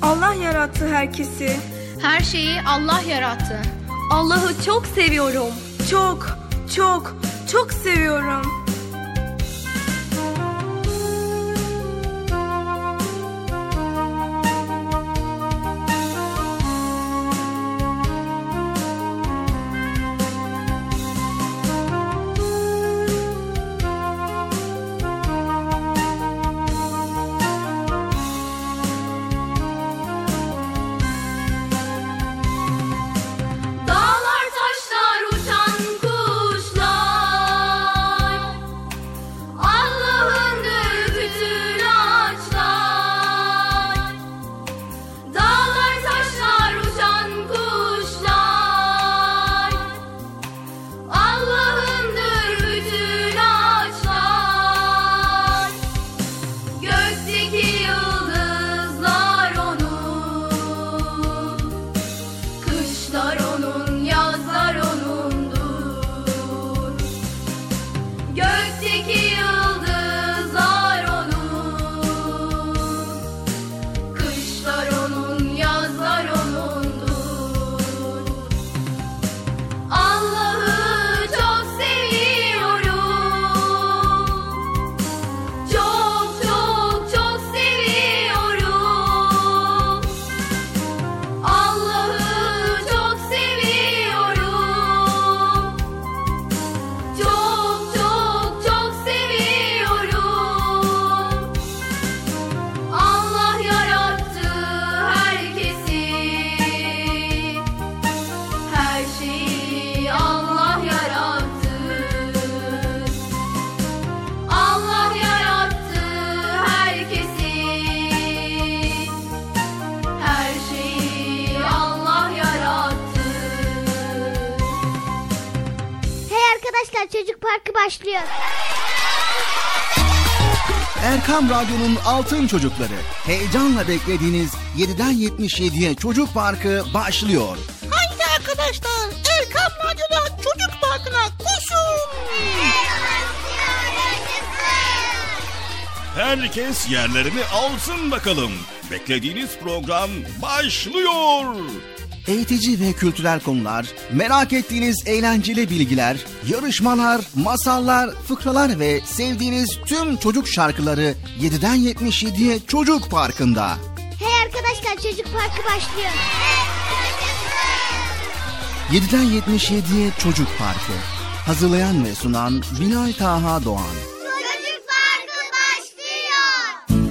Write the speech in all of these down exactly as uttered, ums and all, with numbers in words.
Allah yarattı herkesi. Her şeyi Allah yarattı. Allah'ı çok seviyorum. Çok, çok, çok seviyorum. Çocuk Parkı başlıyor. Erkam Radyo'nun Altın Çocukları. Heyecanla beklediğiniz yediden yetmiş yediye Çocuk Parkı başlıyor. Haydi arkadaşlar, Erkam Radyo'da Çocuk Parkı'na koşun. Herkes yerlerini alsın bakalım. Beklediğiniz program başlıyor. Eğitici ve kültürel konular, merak ettiğiniz eğlenceli bilgiler, yarışmalar, masallar, fıkralar ve sevdiğiniz tüm çocuk şarkıları yediden yetmiş yediye Çocuk Parkı'nda. Hey arkadaşlar, Çocuk Parkı başlıyor. yediden yetmiş yediye Çocuk Parkı. Hazırlayan ve sunan Bilal Taha Doğan. Çocuk Parkı başlıyor.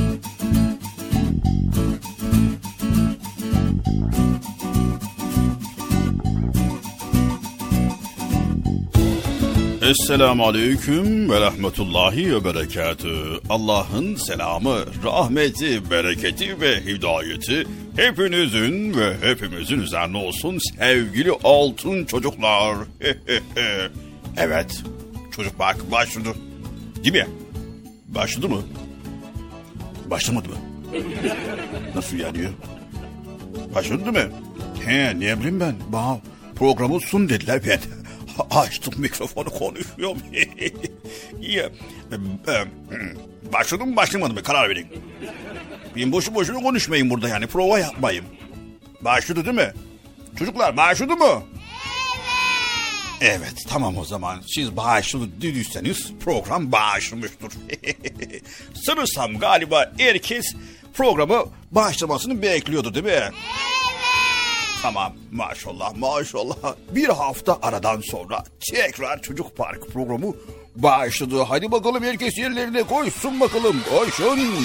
Esselamu Aleyküm ve Rahmetullahi ve Berekatü. Allah'ın selamı, rahmeti, bereketi ve hidayeti hepinizin ve hepimizin üzerine olsun sevgili altın çocuklar. Evet, Çocuk Parkı başladı. Değil mi? Başladı mı? Başlamadı mı? Nasıl yani? Başladı mı? He, ne bileyim ben. Bana programı sun dediler, ben açtım mikrofonu, konuşuyorum. İyi. Başladı mı başlamadı mı? Karar verin. Ben boşu boşuna konuşmayın burada yani. Prova yapmayın. Başladı değil mi? Çocuklar başladı mı? Evet. Evet, tamam o zaman. Siz başladı dediyseniz program başlamıştır. Sanırsam galiba herkes programı başlamasını bekliyordu değil mi? Evet. Tamam, maşallah maşallah. Bir hafta aradan sonra tekrar Çocuk Park programı başladı. Hadi bakalım, herkes yerlerine koysun bakalım, koşun.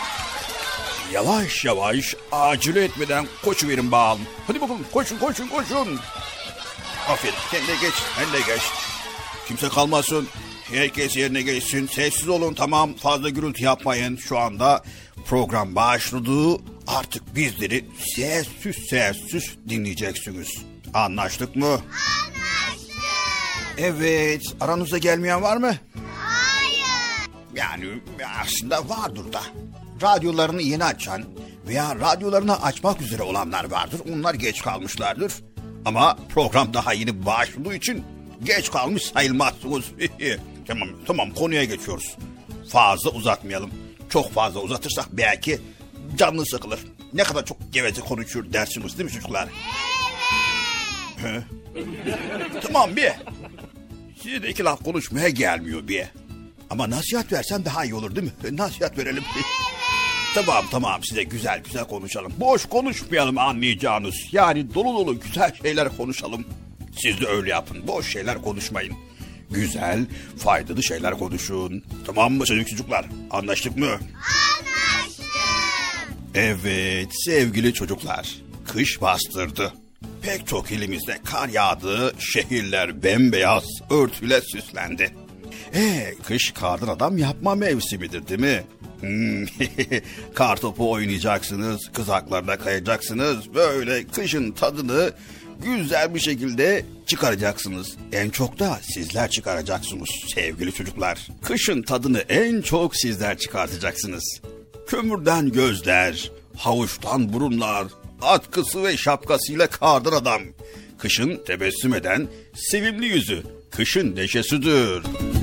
Yavaş yavaş, acele etmeden koşuverin bakalım. Hadi bakalım, koşun koşun koşun. Aferin, sen de geç, sen de geç. Kimse kalmasın, herkes yerine geçsin. Sessiz olun, tamam, fazla gürültü yapmayın. Şu anda program başladı. Artık bizleri sessiz sessiz dinleyeceksiniz. Anlaştık mı? Anlaştık. Evet. Aranızda gelmeyen var mı? Hayır. Yani aslında vardır da. Radyolarını yeni açan veya radyolarını açmak üzere olanlar vardır. Onlar geç kalmışlardır. Ama program daha yeni başladığı için geç kalmış sayılmazsınız. Tamam, tamam, konuya geçiyoruz. Fazla uzatmayalım. Çok fazla uzatırsak belki canlı sıkılır. Ne kadar çok geveze konuşuyor dersiniz değil mi çocuklar? Evet. Tamam bir. Size de iki laf konuşmaya gelmiyor bir. Ama nasihat versem daha iyi olur değil mi? Nasihat verelim. Evet. Tamam tamam size güzel güzel konuşalım. Boş konuşmayalım anlayacağınız. Yani dolu dolu güzel şeyler konuşalım. Siz de öyle yapın. Boş şeyler konuşmayın. Güzel, faydalı şeyler konuşun. Tamam mı çocuklar? Anlaştık mı? Anlaştık. Evet sevgili çocuklar. Kış bastırdı. Pek çok ilimizde kar yağdı. Şehirler bembeyaz örtüyle süslendi. Ee, kış kardan adam yapma mevsimidir değil mi? Hmm, kar topu oynayacaksınız, kızaklarda kayacaksınız. Böyle kışın tadını güzel bir şekilde çıkaracaksınız. En çok da sizler çıkaracaksınız sevgili çocuklar. Kışın tadını en çok sizler çıkartacaksınız. Kömürden gözler, havuçtan burunlar, atkısı ve şapkasıyla kardan adam. Kışın tebessüm eden sevimli yüzü, kışın neşesidir.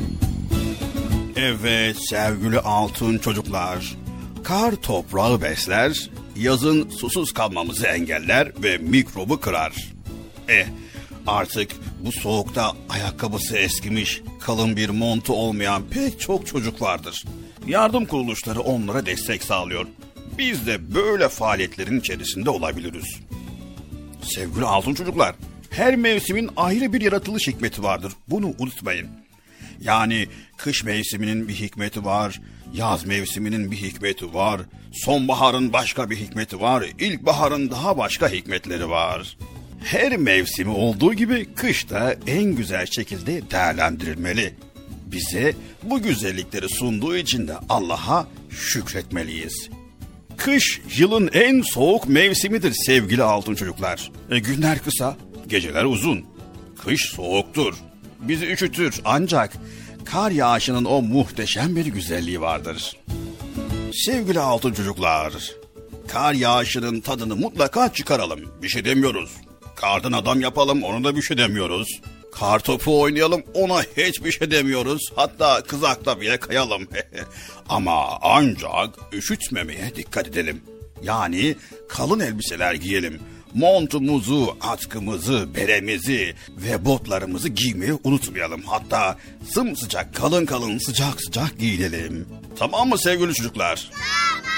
Evet sevgili altın çocuklar, kar toprağı besler, yazın susuz kalmamızı engeller ve mikrobu kırar. Eh artık bu soğukta ayakkabısı eskimiş, kalın bir montu olmayan pek çok çocuk vardır. Yardım kuruluşları onlara destek sağlıyor. Biz de böyle faaliyetlerin içerisinde olabiliriz. Sevgili altın çocuklar, her mevsimin ayrı bir yaratılış hikmeti vardır. Bunu unutmayın. Yani kış mevsiminin bir hikmeti var, yaz mevsiminin bir hikmeti var, sonbaharın başka bir hikmeti var, ilkbaharın daha başka hikmetleri var. Her mevsimi olduğu gibi kış da en güzel şekilde değerlendirilmeli. Bize bu güzellikleri sunduğu için de Allah'a şükretmeliyiz. Kış yılın en soğuk mevsimidir sevgili altın çocuklar. E, günler kısa, geceler uzun. Kış soğuktur, bizi üşütür ancak kar yağışının o muhteşem bir güzelliği vardır. Sevgili altın çocuklar, kar yağışının tadını mutlaka çıkaralım. Bir şey demiyoruz. Kardan adam yapalım, ona da bir şey demiyoruz. Kar topu oynayalım, ona hiçbir şey demiyoruz. Hatta kızakta bile kayalım. Ama ancak üşütmemeye dikkat edelim. Yani kalın elbiseler giyelim. Montumuzu, atkımızı, beremizi ve botlarımızı giymeyi unutmayalım. Hatta sımsıcak, kalın kalın, sıcak sıcak giyinelim. Tamam mı sevgili çocuklar? Tamam.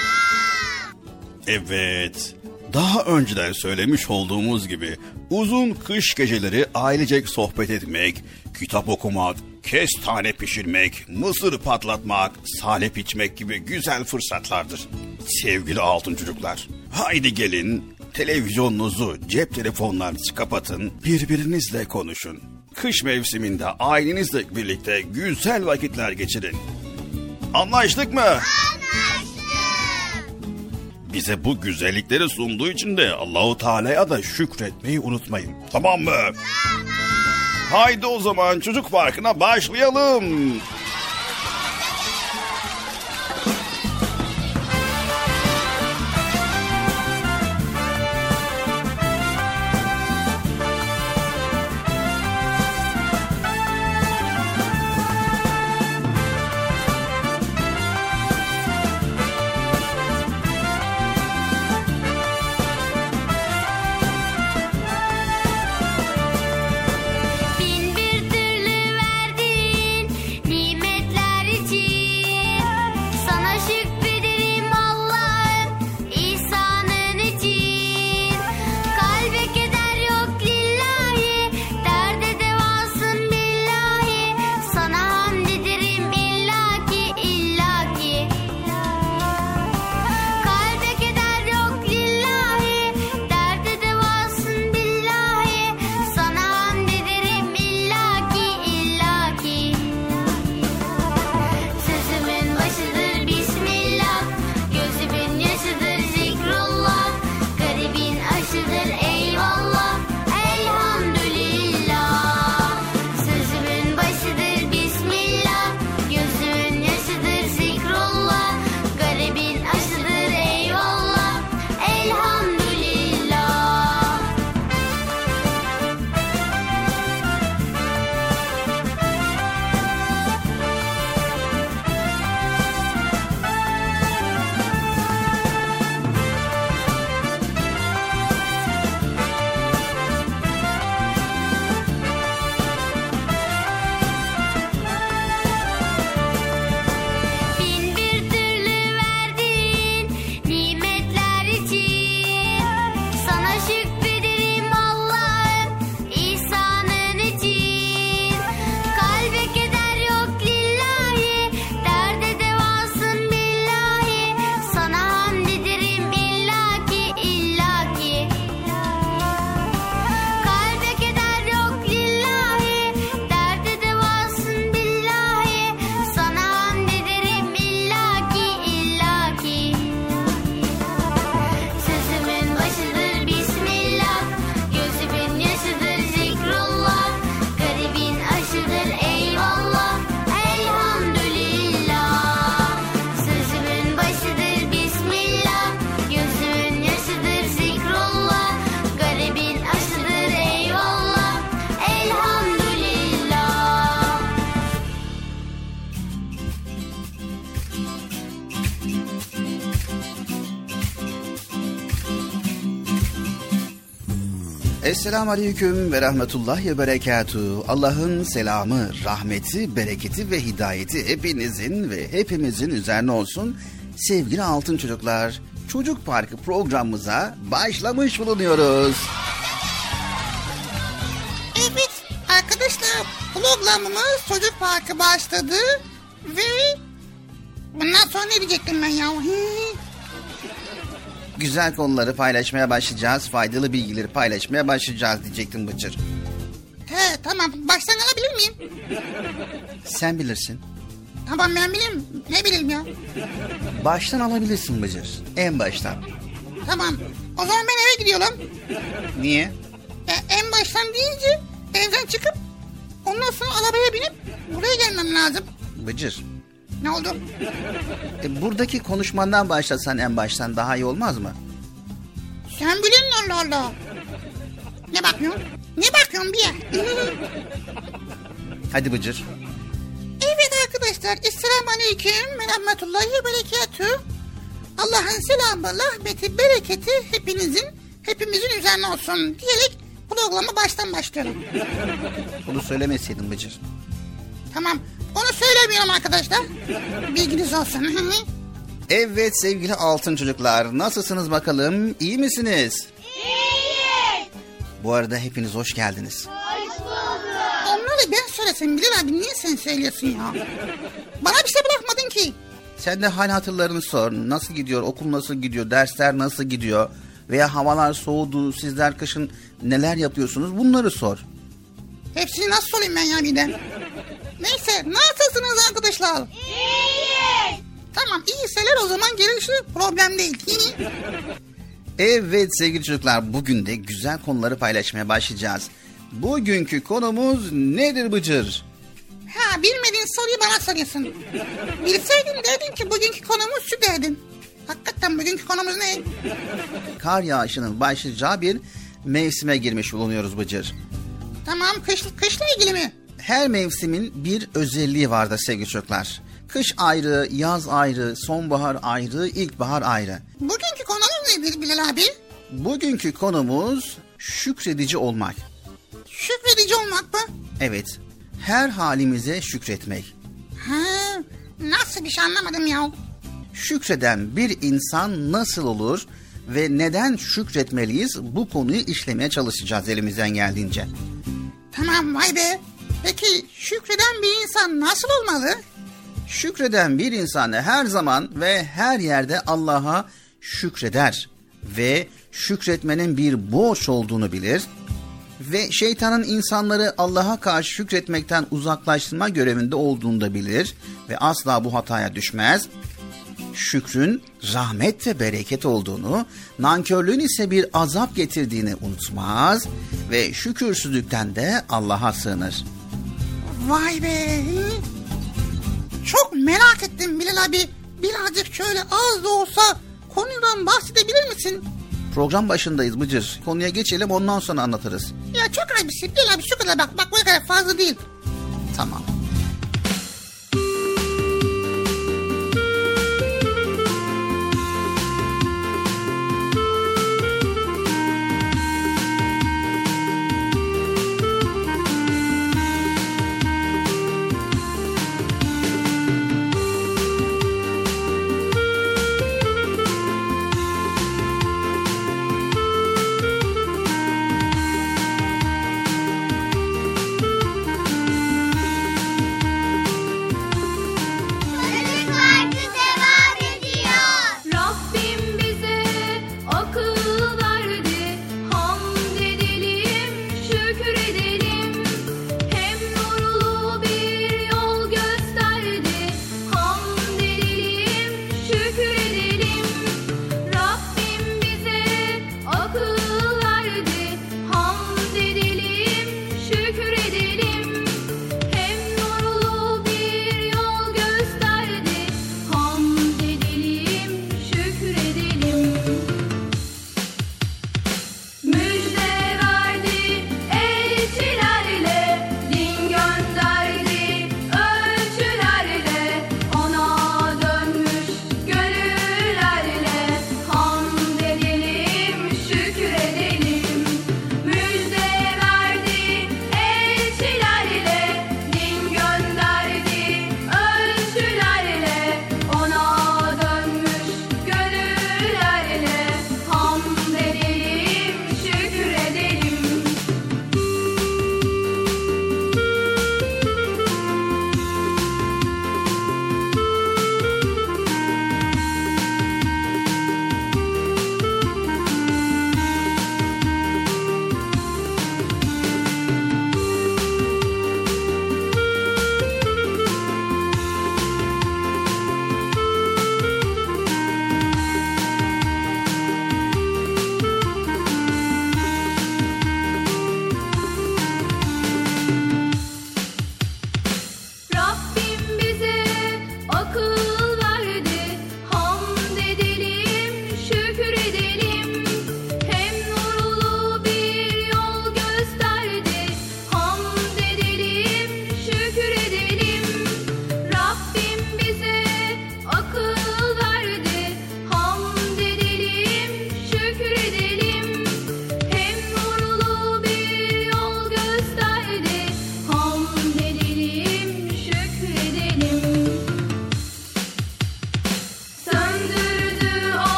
Evet. Daha önceden söylemiş olduğumuz gibi uzun kış geceleri ailecek sohbet etmek, kitap okumak, kestane pişirmek, mısır patlatmak, salep içmek gibi güzel fırsatlardır. Sevgili altın çocuklar, haydi gelin televizyonunuzu, cep telefonlarınızı kapatın, birbirinizle konuşun. Kış mevsiminde ailenizle birlikte güzel vakitler geçirin. Anlaştık mı? Anlaştık. Bize bu güzellikleri sunduğu için de Allahu Teala'ya da şükretmeyi unutmayın. Tamam mı? Tamam. Haydi o zaman çocuk parkına başlayalım. Bin bir türlü verdin şükrederim Allah'ım ihsanın için. Kalbe keder yok lillahi, derde devasın billahi. Sana hamd ederim illaki illaki. Kalbe keder yok lillahi, derde devasın billahi. Sana hamd ederim illaki illaki. Sözümün başıdır bismillah, gözümün yaşıdır zikrullah. Garibin aşıdır eyvallah, elhamdülillah. Sözümün başıdır bismillah, gözümün yaşıdır zikrullah. Garibin aşıdır eyvallah, elhamdülillah. Esselamu Aleyküm ve Rahmetullahi ve Berekatuhu. Allah'ın selamı, rahmeti, bereketi ve hidayeti hepinizin ve hepimizin üzerine olsun. Sevgili altın çocuklar, Çocuk Parkı programımıza başlamış bulunuyoruz. Evet arkadaşlar, programımız Çocuk Parkı başladı ve bundan sonra ne diyecektim ben ya? Güzel konuları paylaşmaya başlayacağız, faydalı bilgileri paylaşmaya başlayacağız diyecektim Bıcır. He tamam, baştan alabilir miyim? Sen bilirsin. Tamam ben bileyim, ne bileyim ya? Baştan alabilirsin Bıcır, en baştan. Tamam, o zaman ben eve gidiyorum. Niye? E, en baştan deyince evden çıkıp ondan sonra arabaya binip buraya gelmem lazım. Bıcır, Ne oldu? e, buradaki konuşmandan başlasan en baştan daha iyi olmaz mı? Sen bilin Allah Allah. Ne bakıyorsun? Ne bakıyorsun bir yer? Hadi Bıcır. Evet arkadaşlar, Esselamu Aleyküm ve Rahmetullahi ve Berekatuhu. Allah'ın selamı, rahmeti, bereketi hepinizin, hepimizin üzerine olsun diyerek programa baştan başlıyorum. Bunu söylemeseydin Bıcır. Tamam, onu söylemiyorum arkadaşlar. Bilginiz olsun. Evet sevgili altın çocuklar, nasılsınız bakalım, iyi misiniz? İyiyiz. Bu arada hepiniz hoş geldiniz. Hoş bulduk. Onları ben söylesem Bilal abi, niye sen söylüyorsun ya? Bana bir şey bırakmadın ki. Sen de hal hatırlarını sor, nasıl gidiyor, okul nasıl gidiyor, dersler nasıl gidiyor veya havalar soğudu, sizler kışın neler yapıyorsunuz, bunları sor. Hepsini nasıl sorayım ben ya bir de? Neyse, nasılsınız arkadaşlar? İyiyiz. Tamam, iyiyseler o zaman gelişi problem değil. Evet sevgili çocuklar, bugün de güzel konuları paylaşmaya başlayacağız. Bugünkü konumuz nedir Bıcır? Ha, bilmediğin soruyu bana soruyorsun. Bilseydin derdin ki bugünkü konumuz şu derdin. Hakikaten bugünkü konumuz ne? Kar yağışının başlayacağı bir mevsime girmiş bulunuyoruz Bıcır. Tamam, kış, kışla ilgili mi? Her mevsimin bir özelliği vardır sevgili çocuklar. Kış ayrı, yaz ayrı, sonbahar ayrı, ilkbahar ayrı. Bugünkü konumuz nedir Bilal abi? Bugünkü konumuz şükredici olmak. Şükredici olmak mı? Evet, her halimize şükretmek. Ha, nasıl bir şey anlamadım ya. Şükreden bir insan nasıl olur ve neden şükretmeliyiz, bu konuyu işlemeye çalışacağız elimizden geldiğince. Tamam, vay be. Peki şükreden bir insan nasıl olmalı? Şükreden bir insan her zaman ve her yerde Allah'a şükreder ve şükretmenin bir borç olduğunu bilir ve şeytanın insanları Allah'a karşı şükretmekten uzaklaştırma görevinde olduğunu da bilir ve asla bu hataya düşmez. Şükrün rahmet ve bereket olduğunu, nankörlüğün ise bir azap getirdiğini unutmaz ve şükürsüzlükten de Allah'a sığınır. Vay be. Çok merak ettim Bilal abi. Birazcık şöyle az da olsa konudan bahsedebilir misin? Program başındayız Bıcır. Konuya geçelim, ondan sonra anlatırız. Ya çok abisi Bilal abi, şu kadar bak. Bak bu kadar fazla değil. Tamam.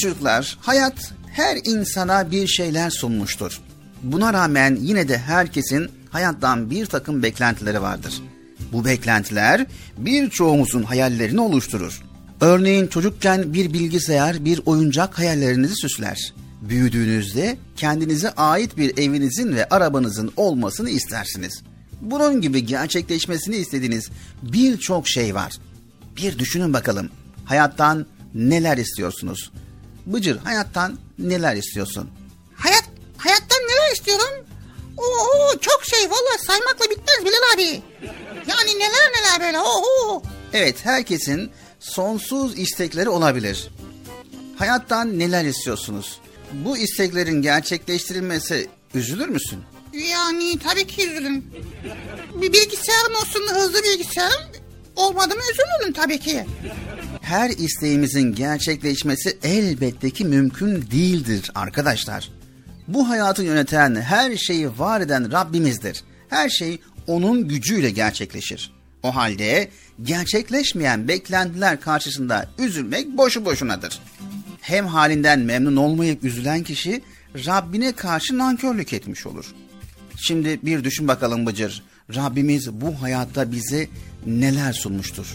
çocuklar, hayat her insana bir şeyler sunmuştur. Buna rağmen yine de herkesin hayattan bir takım beklentileri vardır. Bu beklentiler birçoğumuzun hayallerini oluşturur. Örneğin çocukken bir bilgisayar, bir oyuncak hayallerinizi süsler. Büyüdüğünüzde kendinize ait bir evinizin ve arabanızın olmasını istersiniz. Bunun gibi gerçekleşmesini istediğiniz birçok şey var. Bir düşünün bakalım, hayattan neler istiyorsunuz? Bıcır, hayattan neler istiyorsun? Hayat, hayattan neler istiyorum? Oo, çok şey, vallahi saymakla bitmez Bilal abi. Yani neler neler böyle. Oo. Evet, herkesin sonsuz istekleri olabilir. Hayattan neler istiyorsunuz? Bu isteklerin gerçekleştirilmesi üzülür müsün? Yani tabii ki üzülürüm. Bir bilgisayarım olsun, hızlı bilgisayarım, olmadı mı üzülürüm tabii ki. Her isteğimizin gerçekleşmesi elbette ki mümkün değildir arkadaşlar. Bu hayatı yöneten, her şeyi var eden Rabbimizdir. Her şey onun gücüyle gerçekleşir. O halde gerçekleşmeyen beklentiler karşısında üzülmek boşu boşunadır. Hem halinden memnun olmayıp üzülen kişi Rabbine karşı nankörlük etmiş olur. Şimdi bir düşün bakalım Bıcır. Rabbimiz bu hayatta bize neler sunmuştur?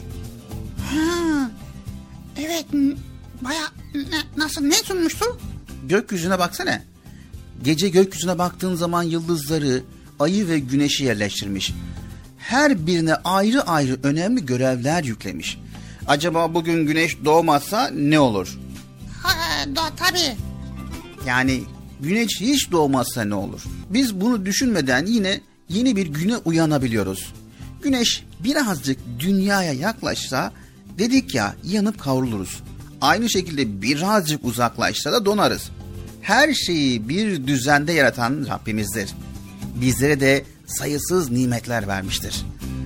Ha, evet, baya ne, nasıl, ne sunmuştur? Gökyüzüne baksana. Gece gökyüzüne baktığın zaman yıldızları, ayı ve güneşi yerleştirmiş. Her birine ayrı ayrı önemli görevler yüklemiş. Acaba bugün güneş doğmazsa ne olur? Ha, da, tabii. Yani güneş hiç doğmazsa ne olur? Biz bunu düşünmeden yine yeni bir güne uyanabiliyoruz. Güneş birazcık dünyaya yaklaşsa dedik ya, yanıp kavruluruz. Aynı şekilde birazcık uzaklaşsa da donarız. Her şeyi bir düzende yaratan Rabbimizdir. Bizlere de sayısız nimetler vermiştir.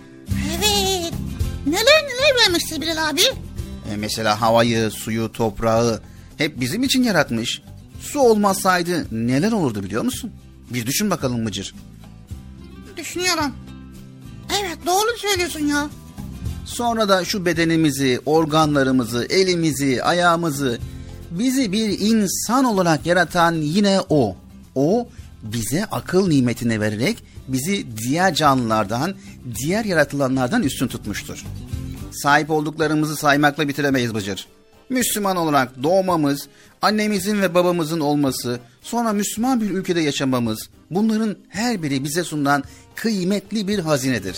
Evet. Neler neler vermiştir Bilal abi? E mesela havayı, suyu, toprağı hep bizim için yaratmış. Su olmasaydı neler olurdu biliyor musun? Bir düşün bakalım Mıcır. Düşünüyorum. Evet, doğru söylüyorsun ya. Sonra da şu bedenimizi, organlarımızı, elimizi, ayağımızı, bizi bir insan olarak yaratan yine O. O bize akıl nimetini vererek bizi diğer canlılardan, diğer yaratılanlardan üstün tutmuştur. Sahip olduklarımızı saymakla bitiremeyiz Bıcır. Müslüman olarak doğmamız, annemizin ve babamızın olması, sonra Müslüman bir ülkede yaşamamız, bunların her biri bize sunulan kıymetli bir hazinedir.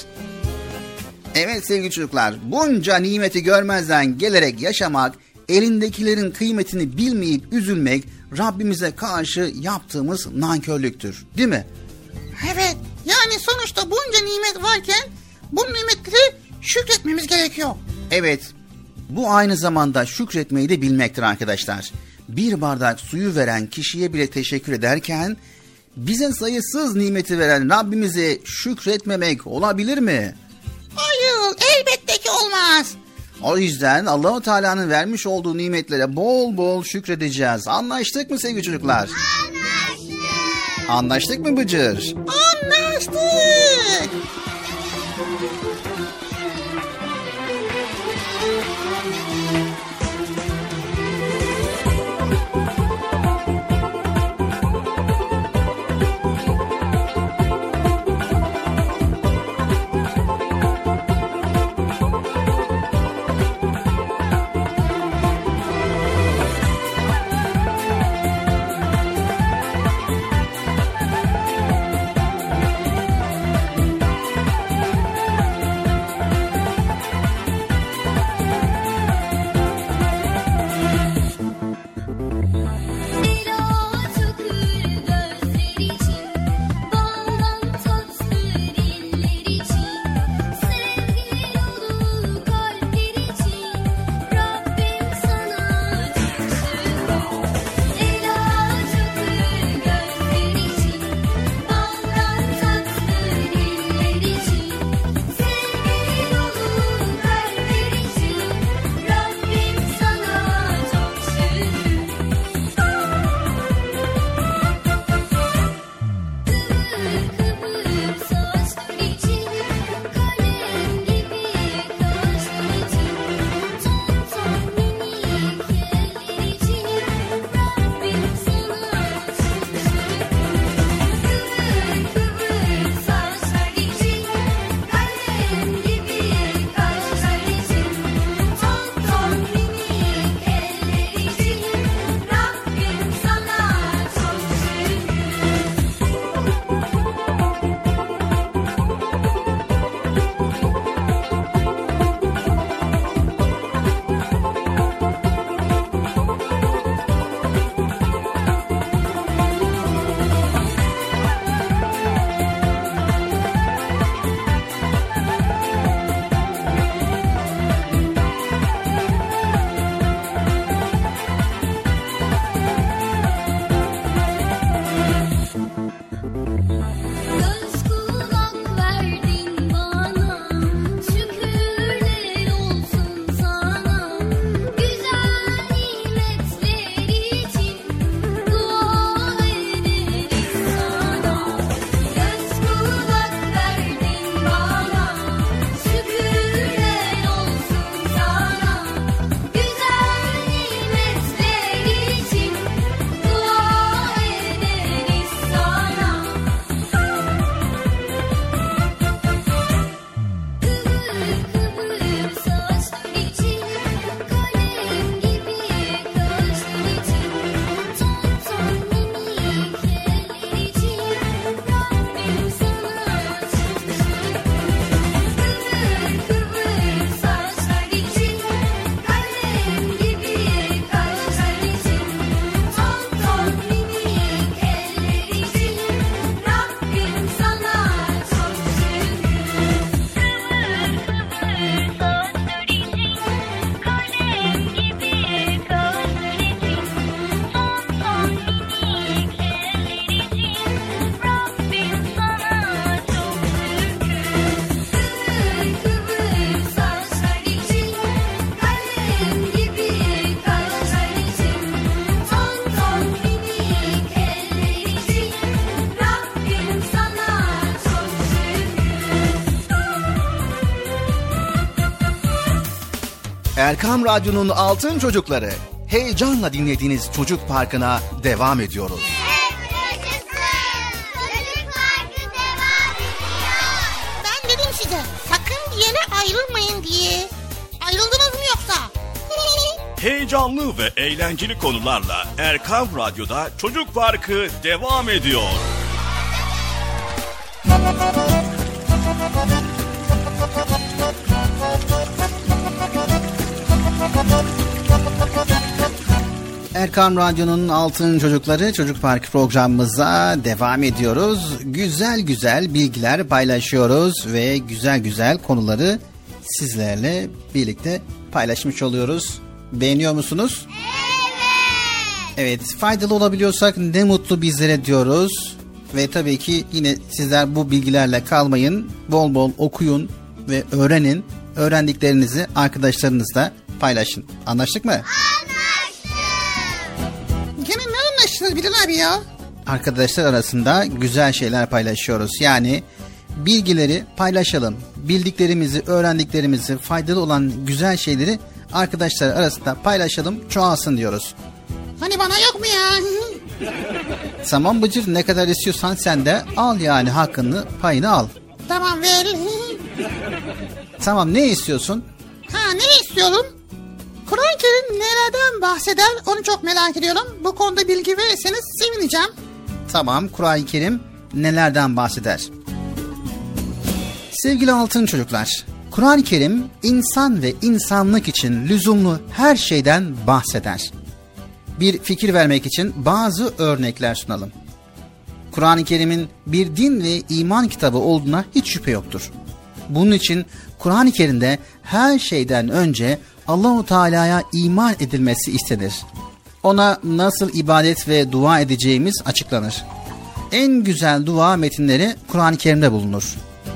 Evet sevgili çocuklar, bunca nimeti görmezden gelerek yaşamak, elindekilerin kıymetini bilmeyip üzülmek, Rabbimize karşı yaptığımız nankörlüktür, değil mi? Evet, yani sonuçta bunca nimet varken bu nimetleri şükretmemiz gerekiyor. Evet, bu aynı zamanda şükretmeyi de bilmektir arkadaşlar. Bir bardak suyu veren kişiye bile teşekkür ederken, bize sayısız nimeti veren Rabbimize şükretmemek olabilir mi? Hayır, elbette ki olmaz. O yüzden Allah-u Teala'nın vermiş olduğu nimetlere bol bol şükredeceğiz. Anlaştık mı sevgili çocuklar? Anlaştık. Anlaştık mı Bıcır? Anlaştık. Erkam Radyo'nun Altın Çocukları. Heyecanla dinlediğiniz Çocuk Parkı'na devam ediyoruz. Ben dedim size sakın bir yere ayrılmayın diye. Ayrıldınız mı yoksa? Heyecanlı ve eğlenceli konularla Erkam Radyo'da Çocuk Parkı devam ediyor. Erkam Radyo'nun Altın Çocukları Çocuk Parkı programımıza devam ediyoruz. Güzel güzel bilgiler paylaşıyoruz ve güzel güzel konuları sizlerle birlikte paylaşmış oluyoruz. Beğeniyor musunuz? Evet. Evet, faydalı olabiliyorsak ne mutlu bizlere diyoruz. Ve tabii ki yine sizler bu bilgilerle kalmayın. Bol bol okuyun ve öğrenin. Öğrendiklerinizi arkadaşlarınızla paylaşın. Anlaştık mı? Gene ne anlaştınız Bilal abi ya? Arkadaşlar arasında güzel şeyler paylaşıyoruz. Yani bilgileri paylaşalım. Bildiklerimizi, öğrendiklerimizi, faydalı olan güzel şeyleri arkadaşlar arasında paylaşalım, çoğalsın diyoruz. Hani bana yok mu ya? Tamam Bıcır, ne kadar istiyorsan sen de al yani, hakkını, payını al. Tamam ver. Tamam, ne istiyorsun? Ha, ne istiyorum? Kur'an-ı Kerim nelerden bahseder onu çok merak ediyorum. Bu konuda bilgi verirseniz sevineceğim. Tamam, Kur'an-ı Kerim nelerden bahseder? Sevgili altın çocuklar, Kur'an-ı Kerim insan ve insanlık için lüzumlu her şeyden bahseder. Bir fikir vermek için bazı örnekler sunalım. Kur'an-ı Kerim'in bir din ve iman kitabı olduğuna hiç şüphe yoktur. Bunun için Kur'an-ı Kerim'de her şeyden önce Allah-u Teala'ya iman edilmesi istenir. Ona nasıl ibadet ve dua edeceğimiz açıklanır. En güzel dua metinleri Kur'an-ı Kerim'de bulunur.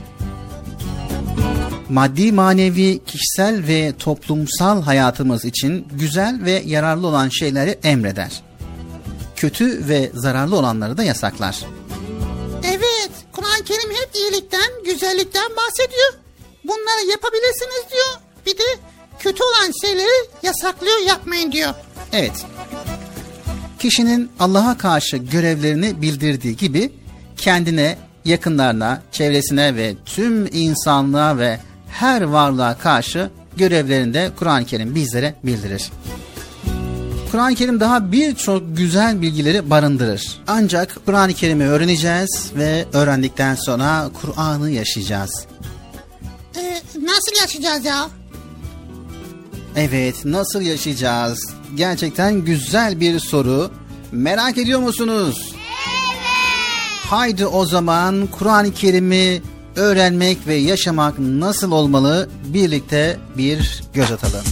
Maddi, manevi, kişisel ve toplumsal hayatımız için güzel ve yararlı olan şeyleri emreder. Kötü ve zararlı olanları da yasaklar. Evet, Kur'an-ı Kerim hep iyilikten, güzellikten bahsediyor. Bunları yapabilirsiniz diyor. Bir de kötü olan şeyleri yasaklıyor, yapmayın diyor. Evet. Kişinin Allah'a karşı görevlerini bildirdiği gibi kendine, yakınlarına, çevresine ve tüm insanlığa ve her varlığa karşı görevlerini de Kur'an-ı Kerim bizlere bildirir. Kur'an-ı Kerim daha birçok güzel bilgileri barındırır. Ancak Kur'an-ı Kerim'i öğreneceğiz ve öğrendikten sonra Kur'an'ı yaşayacağız. Ee, nasıl yaşayacağız ya? Evet, nasıl yaşayacağız? Gerçekten güzel bir soru. Merak ediyor musunuz? Evet. Haydi o zaman Kur'an-ı Kerim'i öğrenmek ve yaşamak nasıl olmalı? Birlikte bir göz atalım.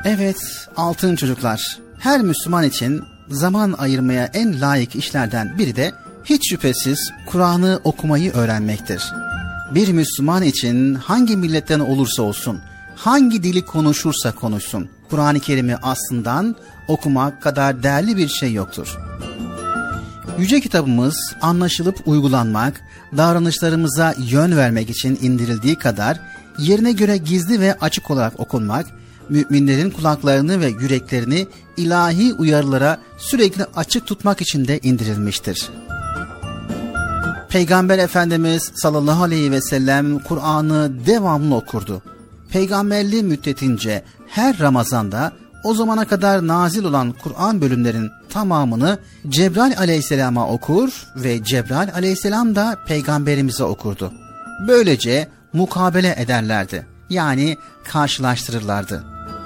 Evet, altın çocuklar. Her Müslüman için zaman ayırmaya en layık işlerden biri de hiç şüphesiz Kur'an'ı okumayı öğrenmektir. Bir Müslüman için hangi milletten olursa olsun, hangi dili konuşursa konuşsun, Kur'an-ı Kerim'i aslından okumak kadar değerli bir şey yoktur. Yüce kitabımız anlaşılıp uygulanmak, davranışlarımıza yön vermek için indirildiği kadar yerine göre gizli ve açık olarak okunmak, müminlerin kulaklarını ve yüreklerini ilahi uyarılara sürekli açık tutmak için de indirilmiştir. Peygamber Efendimiz sallallahu aleyhi ve sellem Kur'an'ı devamlı okurdu. Peygamberliği müddetince her Ramazan'da o zamana kadar nazil olan Kur'an bölümlerin tamamını Cebrail aleyhisselama okur ve Cebrail aleyhisselam da peygamberimize okurdu. Böylece mukabele ederlerdi. Yani karşılaştırırlardı.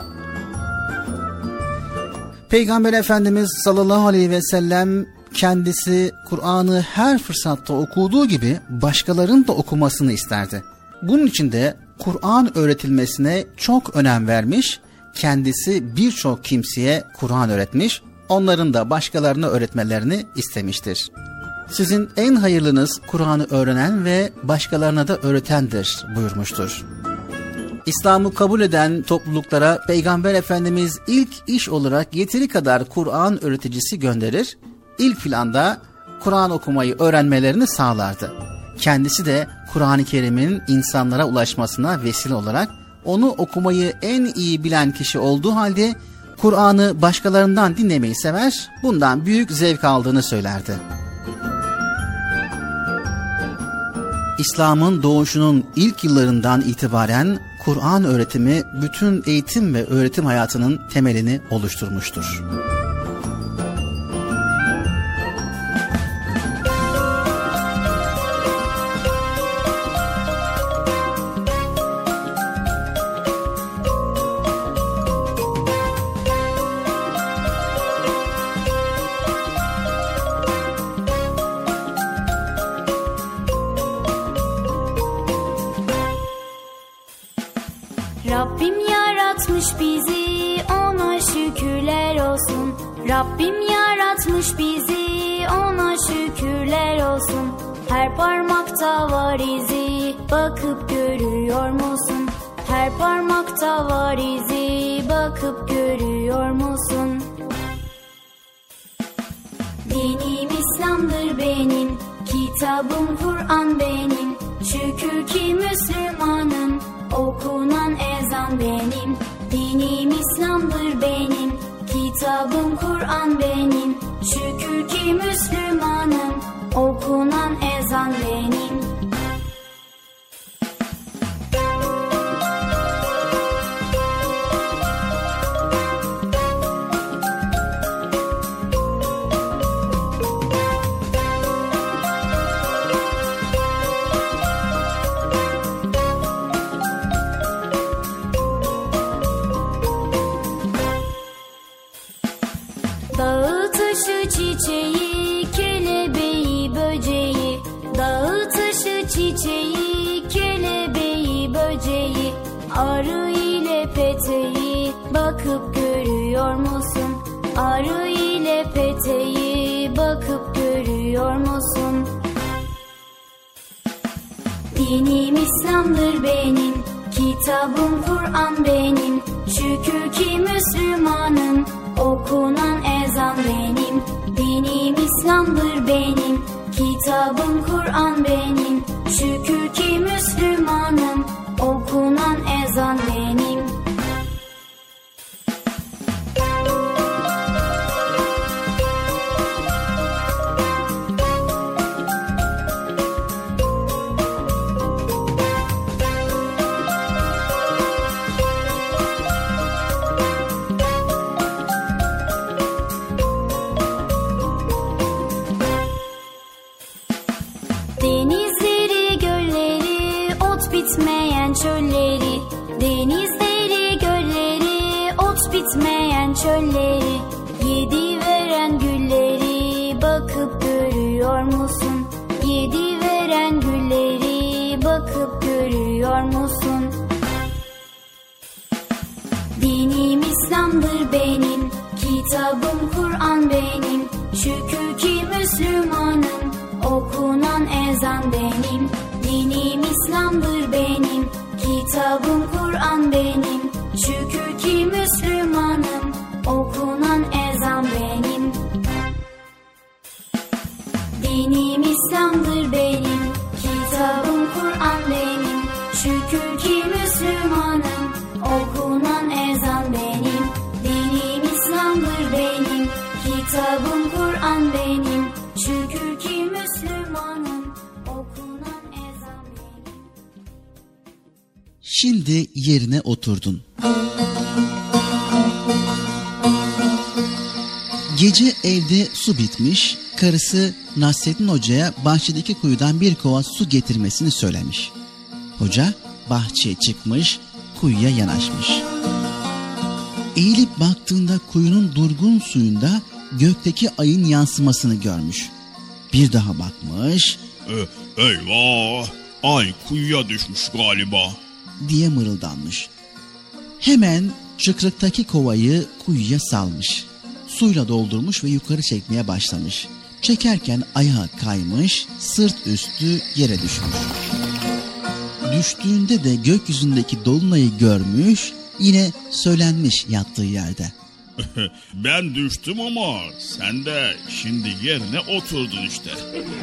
Peygamber Efendimiz sallallahu aleyhi ve sellem kendisi Kur'an'ı her fırsatta okuduğu gibi başkalarının da okumasını isterdi. Bunun için de Kur'an öğretilmesine çok önem vermiş, kendisi birçok kimseye Kur'an öğretmiş, onların da başkalarına öğretmelerini istemiştir. Sizin en hayırlınız Kur'an'ı öğrenen ve başkalarına da öğretendir buyurmuştur. İslam'ı kabul eden topluluklara Peygamber Efendimiz ilk iş olarak yeteri kadar Kur'an öğreticisi gönderir, ilk planda Kur'an okumayı öğrenmelerini sağlardı. Kendisi de Kur'an-ı Kerim'in insanlara ulaşmasına vesile olarak onu okumayı en iyi bilen kişi olduğu halde Kur'an'ı başkalarından dinlemeyi sever, bundan büyük zevk aldığını söylerdi. İslam'ın doğuşunun ilk yıllarından itibaren Kur'an öğretimi bütün eğitim ve öğretim hayatının temelini oluşturmuştur. Rabbim yaratmış bizi, ona şükürler olsun. Rabbim yaratmış bizi, ona şükürler olsun. Her parmakta var izi, bakıp görüyor musun? Her parmakta var izi, bakıp görüyor musun? Dinim İslam'dır benim, kitabım Kur'an benim. Şükür ki Müslümanım, okunan ezan benim. Dinim İslam'dır benim, kitabım Kur'an benim. Şükür ki Müslümanım, okunan ezan benim. Dağı taşı çiçeği, kelebeği böceği. Dağı taşı çiçeği, kelebeği böceği. Arı ile peteği, bakıp görüyor musun? Arı ile peteği, bakıp görüyor musun? Dinim İslam'dır benim, kitabım Kur'an benim. Şükür ki Müslümanım, okunan ezan benim. Dinim İslam'dır benim, kitabım Kur'an benim. Şükür ki Müslümanım, okunan ezan benim. Denizleri, gölleri, ot bitmeyen çölleri. Denizleri, gölleri, ot bitmeyen çölleri. Yedi veren gülleri, bakıp görüyor musun? Yedi veren gülleri, bakıp görüyor musun? Dinim İslam İslam'dır benim, kitabım Kur'an benim. Şükür ki Müslümanım, okunan ezan benim. Dinim İslam'dır benim, kitabım Kur'an benim. Şükür ki Müslümanım, okunan ezan benim. Dinim İslam'dır benim, kitabım Kur'an benim. Şükür ki Müslümanım, okunan ezan benim. Dinim İslam'dır benim, kitabım Kur'an benim. Şükür ki Müslümanım, okunan ezan benim. Şimdi yerine oturdun. Gece evde su bitmiş, karısı Nasrettin Hoca'ya bahçedeki kuyudan bir kova su getirmesini söylemiş. Hoca bahçeye çıkmış, kuyuya yanaşmış. Eğilip baktığında kuyunun durgun suyunda gökteki ayın yansımasını görmüş. Bir daha bakmış. E, eyvah, ay kuyuya düşmüş galiba diye mırıldanmış. Hemen çıkrıktaki kovayı kuyuya salmış. Suyla doldurmuş ve yukarı çekmeye başlamış. Çekerken ayağı kaymış, sırt üstü yere düşmüş. Düştüğünde de gökyüzündeki dolunayı görmüş, yine söylenmiş yattığı yerde. Ben düştüm ama sen de şimdi yerine oturdun işte.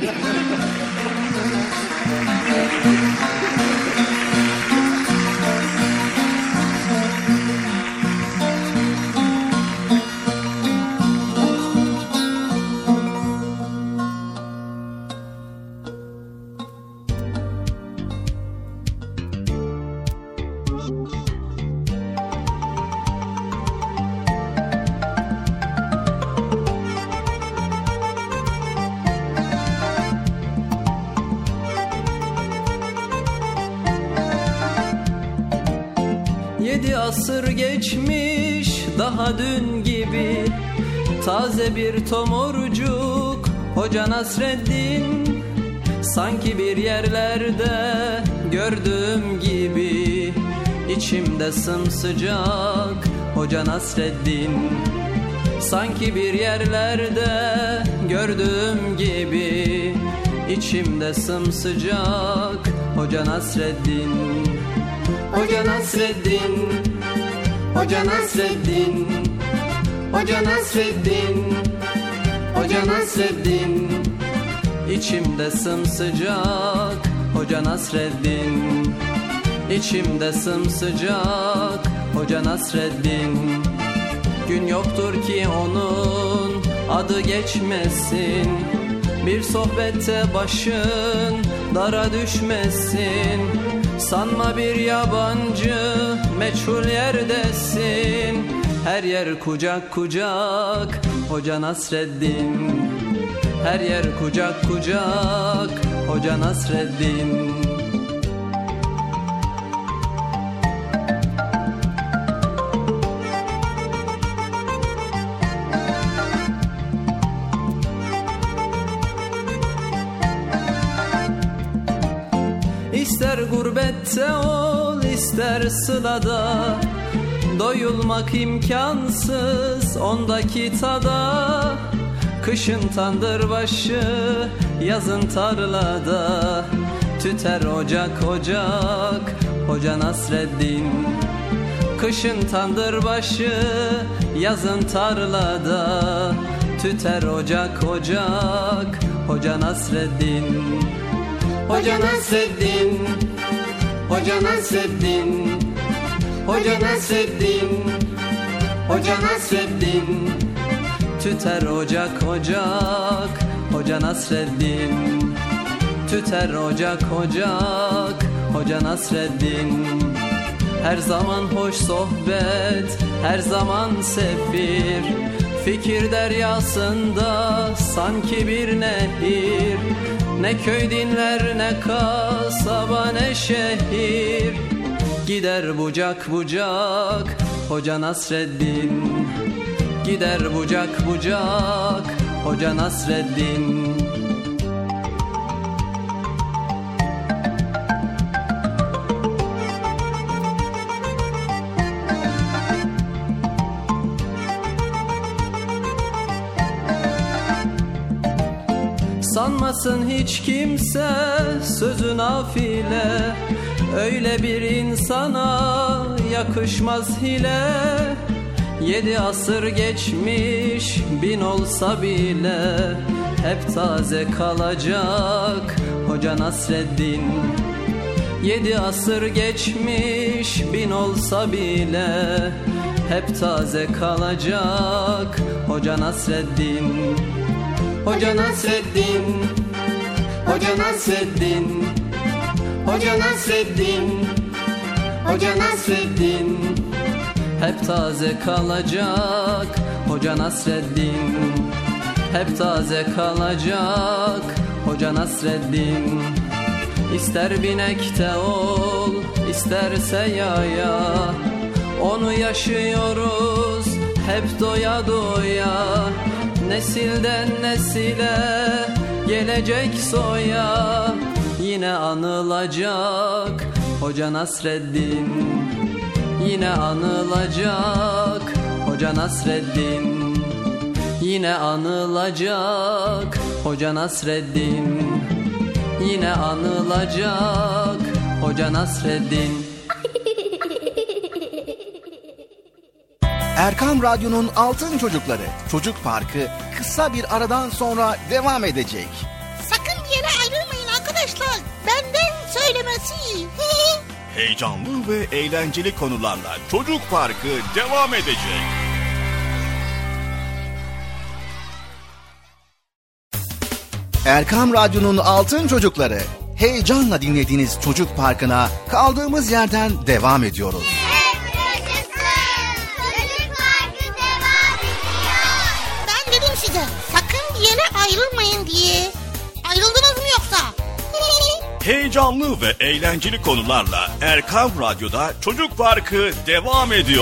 Yedi asır geçmiş daha dün gibi, taze bir tomurcuk Hoca Nasreddin. Sanki bir yerlerde gördüğüm gibi, içimde sımsıcak Hoca Nasreddin. Sanki bir yerlerde gördüğüm gibi, içimde sımsıcak Hoca Nasreddin. Hoca Nasreddin, Hoca Nasreddin, Hoca Nasreddin, Hoca Nasreddin. İçimde sımsıcak Hoca Nasreddin. İçimde sımsıcak Hoca Nasreddin. Gün yoktur ki onun adı geçmesin, bir sohbette başın dara düşmesin. Sanma bir yabancı meçhul yerdesin, her yer kucak kucak Hoca Nasreddin. Her yer kucak kucak Hoca Nasreddin. İster gurbette ol, ister sılada, doyulmak imkansız ondaki tada. Kışın tandırbaşı, yazın tarlada, tüter ocak ocak Hoca Nasreddin. Kışın tandırbaşı, yazın tarlada, tüter ocak ocak Hoca Nasreddin. Hoca Nasreddin, Hoca Nasreddin, Hoca Nasreddin, Hoca Nasreddin. Tüter ocak ocak Hoca Nasreddin. Tüter ocak ocak Hoca Nasreddin. Her zaman hoş sohbet, her zaman sefir, fikir deryasında sanki bir nehir. Ne köy dinler, ne kasaba, ne şehir, gider bucak bucak Hoca Nasreddin. Gider bucak bucak Hoca Nasreddin. Sanmasın hiç kimse sözü nafile, öyle bir insana yakışmaz hile. Yedi asır geçmiş bin olsa bile hep taze kalacak Hoca Nasreddin. Yedi asır geçmiş bin olsa bile hep taze kalacak Hoca Nasreddin. Hoca Nasreddin, Hoca Nasreddin, Hoca Nasreddin, Hoca Nasreddin, hep taze kalacak Hoca Nasreddin. Hep taze kalacak Hoca Nasreddin. İster binekte ol, isterse yaya, onu yaşıyoruz hep doya doya. Nesilden nesile gelecek soya, yine anılacak Hoca Nasreddin. Yine anılacak Hoca Nasreddin. Yine anılacak Hoca Nasreddin. Yine anılacak Hoca Nasreddin. Erkam Radyo'nun Altın Çocukları Çocuk Parkı kısa bir aradan sonra devam edecek. Sakın bir yere ayrılmayın arkadaşlar. Benden söylemesi. Heyecanlı ve eğlenceli konularla Çocuk Parkı devam edecek. Erkam Radyo'nun Altın Çocukları, heyecanla dinlediğiniz Çocuk Parkı'na kaldığımız yerden devam ediyoruz. Ben dedim size sakın bir yere ayrılmayın diye. Ayrıldınız mı yoksa? Heyecanlı ve eğlenceli konularla Erkam Radyo'da Çocuk Parkı devam ediyor.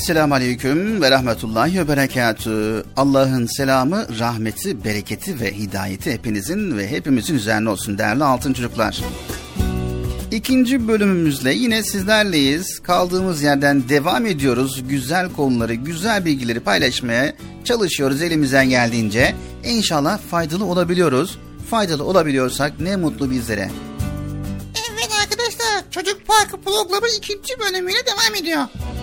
Esselamu Aleyküm ve Rahmetullahi ve Berekatü. Allah'ın selamı, rahmeti, bereketi ve hidayeti hepinizin ve hepimizin üzerine olsun değerli altın çocuklar. İkinci bölümümüzle yine sizlerleyiz. Kaldığımız yerden devam ediyoruz. Güzel konuları, güzel bilgileri paylaşmaya çalışıyoruz elimizden geldiğince. İnşallah faydalı olabiliyoruz. Faydalı olabiliyorsak ne mutlu bizlere. Evet arkadaşlar, Çocuk Parkı programı ikinci bölümüyle devam ediyor.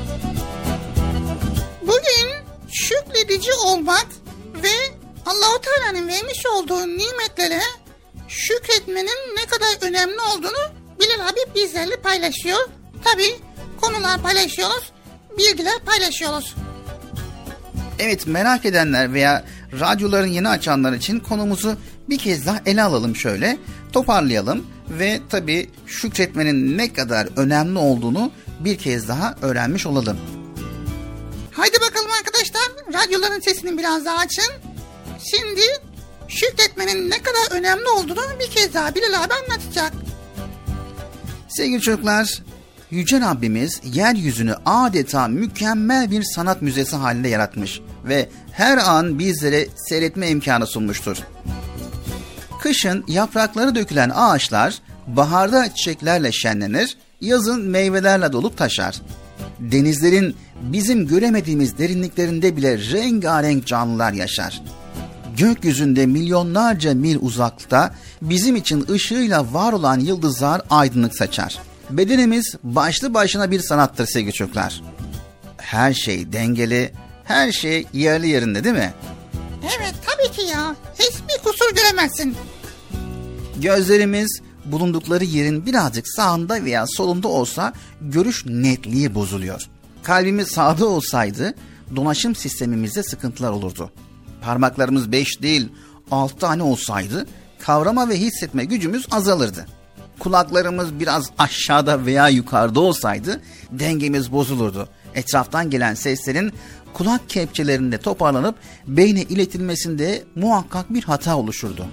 Bugün şükredici olmak ve Allah-u Teala'nın vermiş olduğu nimetlere şükretmenin ne kadar önemli olduğunu Bilal abi bizlerle paylaşıyor. Tabii konular paylaşıyoruz, bilgiler paylaşıyoruz. Evet, merak edenler veya radyoların yeni açanlar için konumuzu bir kez daha ele alalım şöyle. Toparlayalım ve tabii şükretmenin ne kadar önemli olduğunu bir kez daha öğrenmiş olalım. Haydi bakalım arkadaşlar, radyoların sesini biraz daha açın. Şimdi şükretmenin ne kadar önemli olduğunu bir kez daha Bilal abi anlatacak. Sevgili çocuklar, Yüce Rabbimiz yeryüzünü adeta mükemmel bir sanat müzesi halinde yaratmış ve her an bizlere seyretme imkanı sunmuştur. Kışın yaprakları dökülen ağaçlar baharda çiçeklerle şenlenir, yazın meyvelerle dolup taşar. Denizlerin bizim göremediğimiz derinliklerinde bile rengarenk canlılar yaşar. Gökyüzünde milyonlarca mil uzaklıkta bizim için ışığıyla var olan yıldızlar aydınlık saçar. Bedenimiz başlı başına bir sanattır sevgili çocuklar. Her şey dengeli, her şey yerli yerinde değil mi? Evet tabii ki ya, hiçbir kusur göremezsin. Gözlerimiz bulundukları yerin birazcık sağında veya solunda olsa görüş netliği bozuluyor. Kalbimiz sağda olsaydı dolaşım sistemimizde sıkıntılar olurdu. Parmaklarımız beş değil altı tane olsaydı kavrama ve hissetme gücümüz azalırdı. Kulaklarımız biraz aşağıda veya yukarıda olsaydı dengemiz bozulurdu. Etraftan gelen seslerin kulak kepçelerinde toparlanıp beyne iletilmesinde muhakkak bir hata oluşurdu.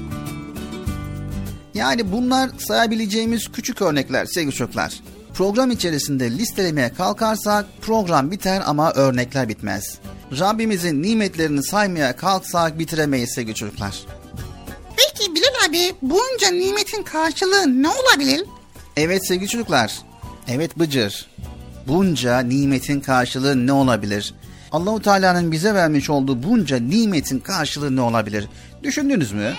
Yani bunlar sayabileceğimiz küçük örnekler sevgili çocuklar. Program içerisinde listelemeye kalkarsak program biter ama örnekler bitmez. Rabbimizin nimetlerini saymaya kalksak bitiremeyiz sevgili çocuklar. Peki Bilal abi, bunca nimetin karşılığı ne olabilir? Evet sevgili çocuklar. Evet Bıcır. Bunca nimetin karşılığı ne olabilir? Allah-u Teala'nın bize vermiş olduğu bunca nimetin karşılığı ne olabilir? Düşündünüz mü? Evet.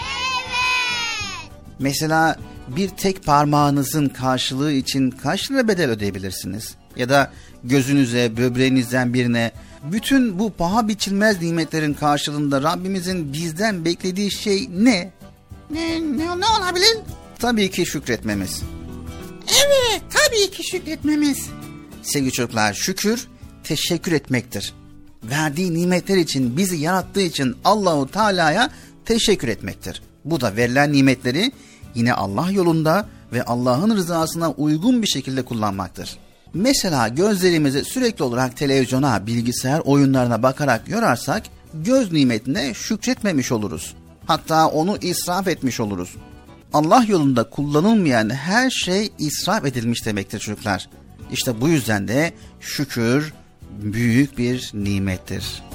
Mesela bir tek parmağınızın karşılığı için kaç lira bedel ödeyebilirsiniz? Ya da gözünüze, böbreğinizden birine, bütün bu paha biçilmez nimetlerin karşılığında Rabbimizin bizden beklediği şey ne? Ne, ne, ne olabilir? Tabii ki şükretmemiz. Evet, tabii ki şükretmemiz. Sevgili çocuklar, şükür teşekkür etmektir. Verdiği nimetler için, bizi yarattığı için Allah-u Teala'ya teşekkür etmektir. Bu da verilen nimetleri yine Allah yolunda ve Allah'ın rızasına uygun bir şekilde kullanmaktır. Mesela gözlerimizi sürekli olarak televizyona, bilgisayar oyunlarına bakarak yorarsak göz nimetine şükretmemiş oluruz. Hatta onu israf etmiş oluruz. Allah yolunda kullanılmayan her şey israf edilmiş demektir çocuklar. İşte bu yüzden de şükür büyük bir nimettir.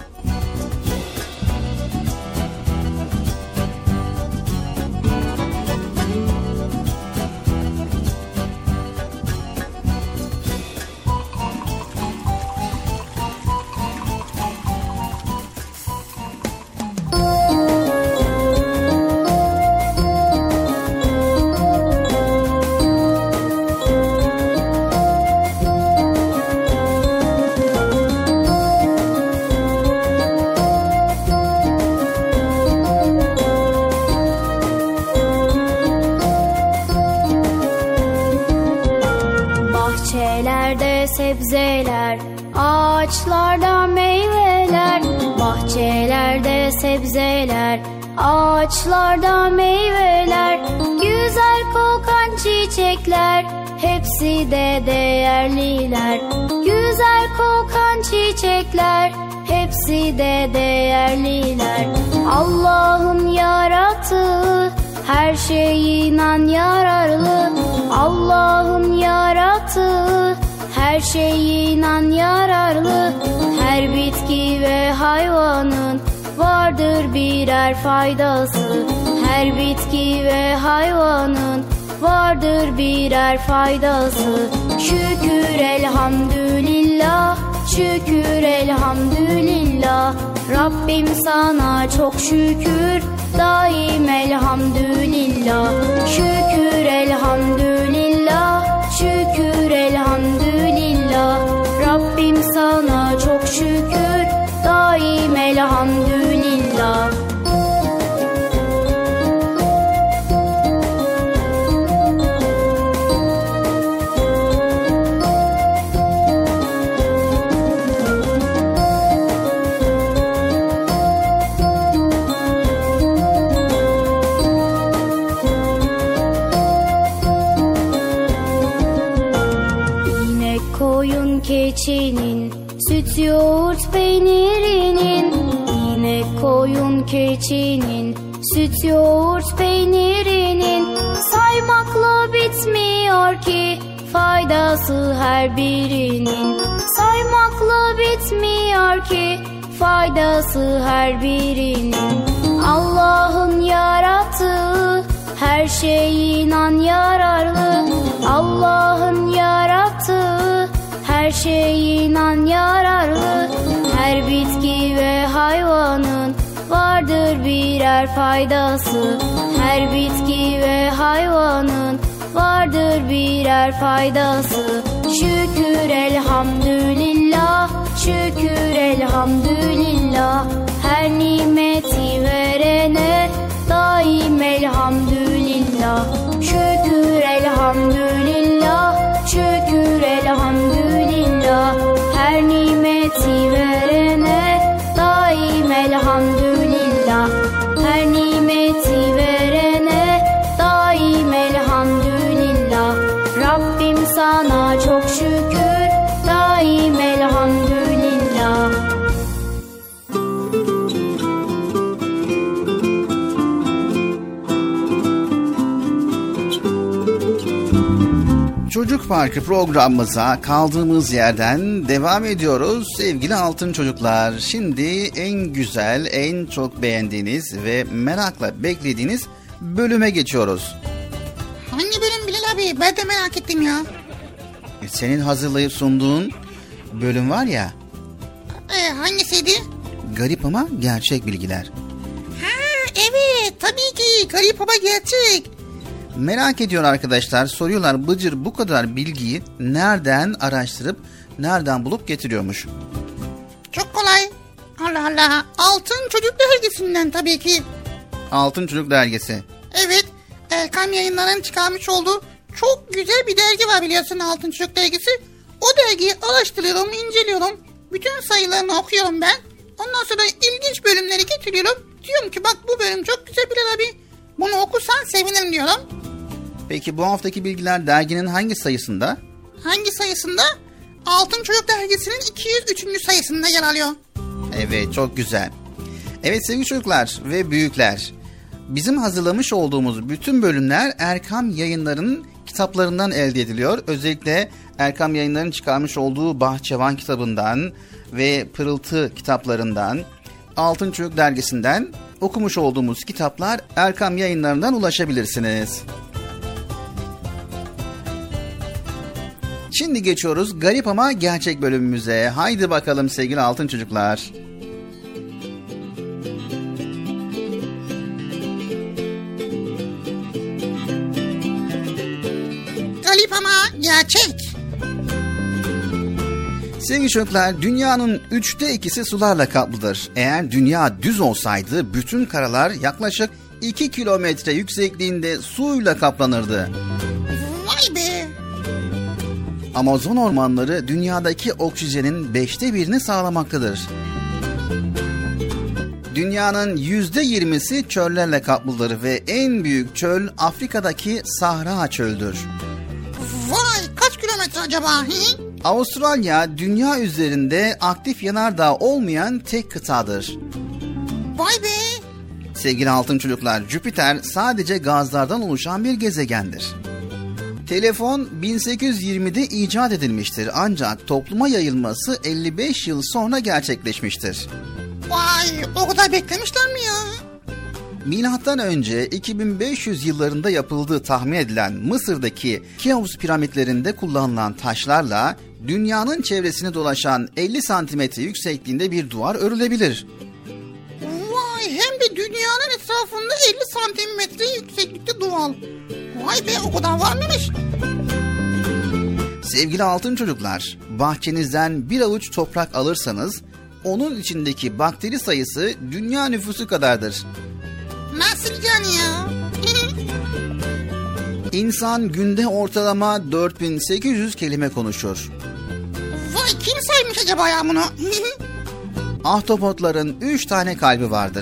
Sebzeler, ağaçlarda meyveler, bahçelerde sebzeler, ağaçlarda meyveler, güzel kokan çiçekler, hepsi de değerliler. Güzel kokan çiçekler, hepsi de değerliler. Allah'ın yarattığı her şey inan yararlı. Allah'ın yarattığı her her şeyinden yararlı. Her bitki ve hayvanın vardır birer faydası. Her bitki ve hayvanın vardır birer faydası. Şükür elhamdülillah, şükür elhamdülillah. Rabbim sana çok şükür, daim elhamdülillah. Şükür elhamdülillah, şükür elhamdülillah. Rabbim sana çok şükür, daim elhamdülillah. Keçinin, süt yoğurt peynirinin, inek koyun keçinin, süt yoğurt peynirinin, saymakla bitmiyor ki faydası her birinin. Saymakla bitmiyor ki faydası her birinin. Allah'ın yarattığı her şeyinden yararlı. Allah'ın yarattığı her şeyinden yararlı. Her bitki ve hayvanın vardır birer faydası. Her bitki ve hayvanın vardır birer faydası. Şükür elhamdülillah, şükür elhamdülillah. Her nimeti verene daim elhamdülillah. Şükür elhamdülillah, şükür elhamdülillah. Her nimeti verene daim elhamdülillah. Her nimeti verene daim elhamdülillah. Rabbim sana çok şükür, daim elhamdülillah. Çocuk Parkı programımıza kaldığımız yerden devam ediyoruz sevgili altın çocuklar. Şimdi en güzel, en çok beğendiğiniz ve merakla beklediğiniz bölüme geçiyoruz. Hangi bölüm Bilal abi? Ben de merak ettim ya. Senin hazırlayıp sunduğun bölüm var ya. Ee, hangisiydi? Garip ama gerçek bilgiler. Ha evet, tabii ki garip ama gerçek. Merak ediyor arkadaşlar, soruyorlar, Bıcır bu kadar bilgiyi nereden araştırıp nereden bulup getiriyormuş? Çok kolay. Allah Allah. Altın Çocuk Dergisi'nden tabii ki. Altın Çocuk Dergisi. Evet. Erkam Yayınları'nın çıkarmış olduğu çok güzel bir dergi var biliyorsun, Altın Çocuk Dergisi. O dergiyi araştırıyorum, inceliyorum. Bütün sayılarını okuyorum ben. Ondan sonra ilginç bölümleri getiriyorum. Diyorum ki bak bu bölüm çok güzel Bilal abi. Bunu okursan sevinirim diyorum. Peki bu haftaki bilgiler derginin hangi sayısında? Hangi sayısında? Altın Çocuk Dergisi'nin iki yüz üçüncü sayısında yer alıyor. Evet, çok güzel. Evet sevgili çocuklar ve büyükler, bizim hazırlamış olduğumuz bütün bölümler Erkam Yayınları'nın kitaplarından elde ediliyor. Özellikle Erkam Yayınları'nın çıkarmış olduğu Bahçevan kitabından ve Pırıltı kitaplarından, Altın Çocuk Dergisi'nden okumuş olduğumuz kitaplar Erkam Yayınları'ndan ulaşabilirsiniz. Şimdi geçiyoruz garip ama gerçek bölümümüze. Haydi bakalım sevgili altın çocuklar. Garip ama gerçek. Sevgili çocuklar, dünyanın üçte ikisi sularla kaplıdır. Eğer dünya düz olsaydı bütün karalar yaklaşık iki kilometre yüksekliğinde suyla kaplanırdı. Vay be! Amazon ormanları dünyadaki oksijenin beşte birini sağlamaktadır. Dünyanın yüzde yirmisi çöllerle kaplıdır ve en büyük çöl Afrika'daki Sahra Çölü'dür. Vay, kaç kilometre acaba? He? Avustralya dünya üzerinde aktif yanardağ olmayan tek kıtadır. Vay be! Sevgili altın çocuklar, Jüpiter sadece gazlardan oluşan bir gezegendir. Telefon bin sekiz yüz yirmide icat edilmiştir ancak topluma yayılması elli beş yıl sonra gerçekleşmiştir. Vay, o kadar beklemişler mi ya? Milattan önce iki bin beş yüz yıllarında yapıldığı tahmin edilen Mısır'daki Keops piramitlerinde kullanılan taşlarla dünyanın çevresini dolaşan elli santimetre yüksekliğinde bir duvar örülebilir. Vay, hem de dünyanın etrafında elli santimetre yükseklikte duvar. Vay be, o kadar var mıymış? Sevgili altın çocuklar, bahçenizden bir avuç toprak alırsanız onun içindeki bakteri sayısı dünya nüfusu kadardır. Nasıl yani ya? İnsan günde ortalama dört bin sekiz yüz kelime konuşur. Vay, kim saymış acaba ya bunu? Ahtapotların üç tane kalbi vardır.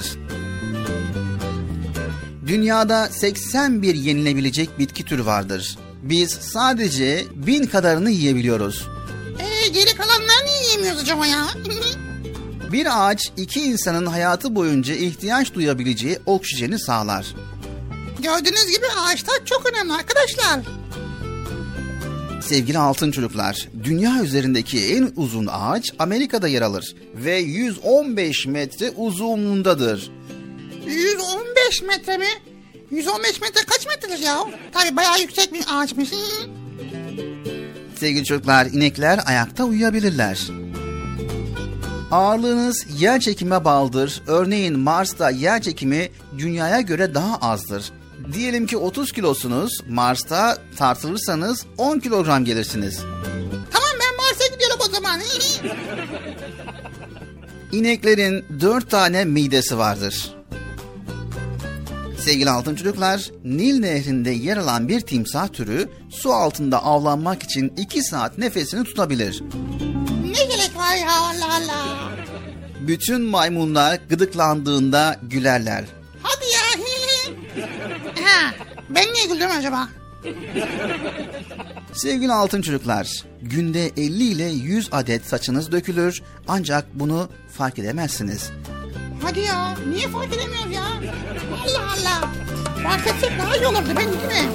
Dünyada seksen bir yenilebilecek bitki türü vardır. Biz sadece bin kadarını yiyebiliyoruz. Eee geri kalanlarını yiyemiyoruz acaba ya? Bir ağaç iki insanın hayatı boyunca ihtiyaç duyabileceği oksijeni sağlar. Gördüğünüz gibi ağaçlar çok önemli arkadaşlar. Sevgili altın çocuklar, dünya üzerindeki en uzun ağaç Amerika'da yer alır ve yüz on beş metre uzunluğundadır. yüz on beş metre mi? yüz on beş metre kaç metredir ya? Tabii bayağı yüksek bir ağaçmış. Sevgili çocuklar, inekler ayakta uyuyabilirler. Ağırlığınız yer çekime bağlıdır. Örneğin Mars'ta yer çekimi dünyaya göre daha azdır. Diyelim ki otuz kilosunuz, Mars'ta tartılırsanız on kilogram gelirsiniz. Tamam, ben Mars'a gidiyorum o zaman. İneklerin dört tane midesi vardır. Sevgili altın çocuklar, Nil Nehri'nde yer alan bir timsah türü su altında avlanmak için iki saat nefesini tutabilir. Ne gerek var ya, Allah Allah. Bütün maymunlar gıdıklandığında gülerler. Hadi ya. Ha, ben niye güldüm acaba? Sevgili altın çocuklar, günde elli ile yüz adet saçınız dökülür ancak bunu fark edemezsiniz. Hadi ya, niye fark edemiyoruz ya? Allah Allah. Fark etsek daha iyi olurdu, ben değil mi?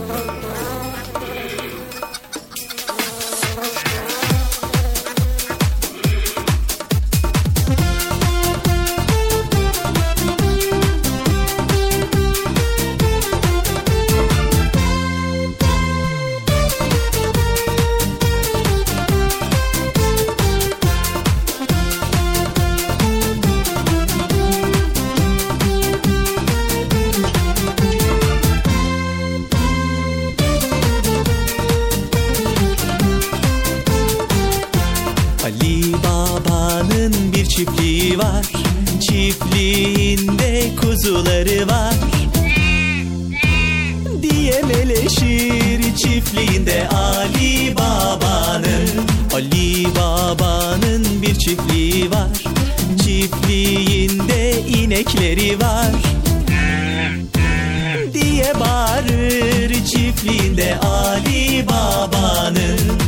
Çiftliği var, çiftliğinde kuzuları var diye meleşir çiftliğinde Ali Baba'nın. Ali Baba'nın bir çiftliği var, çiftliğinde inekleri var diye bağırır çiftliğinde Ali Baba'nın.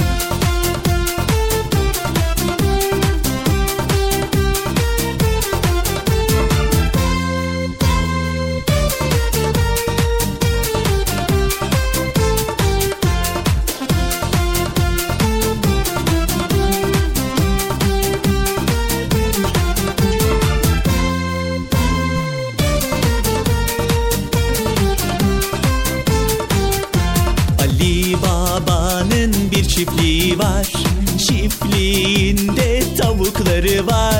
Çiftliği var, çiftliğinde tavukları var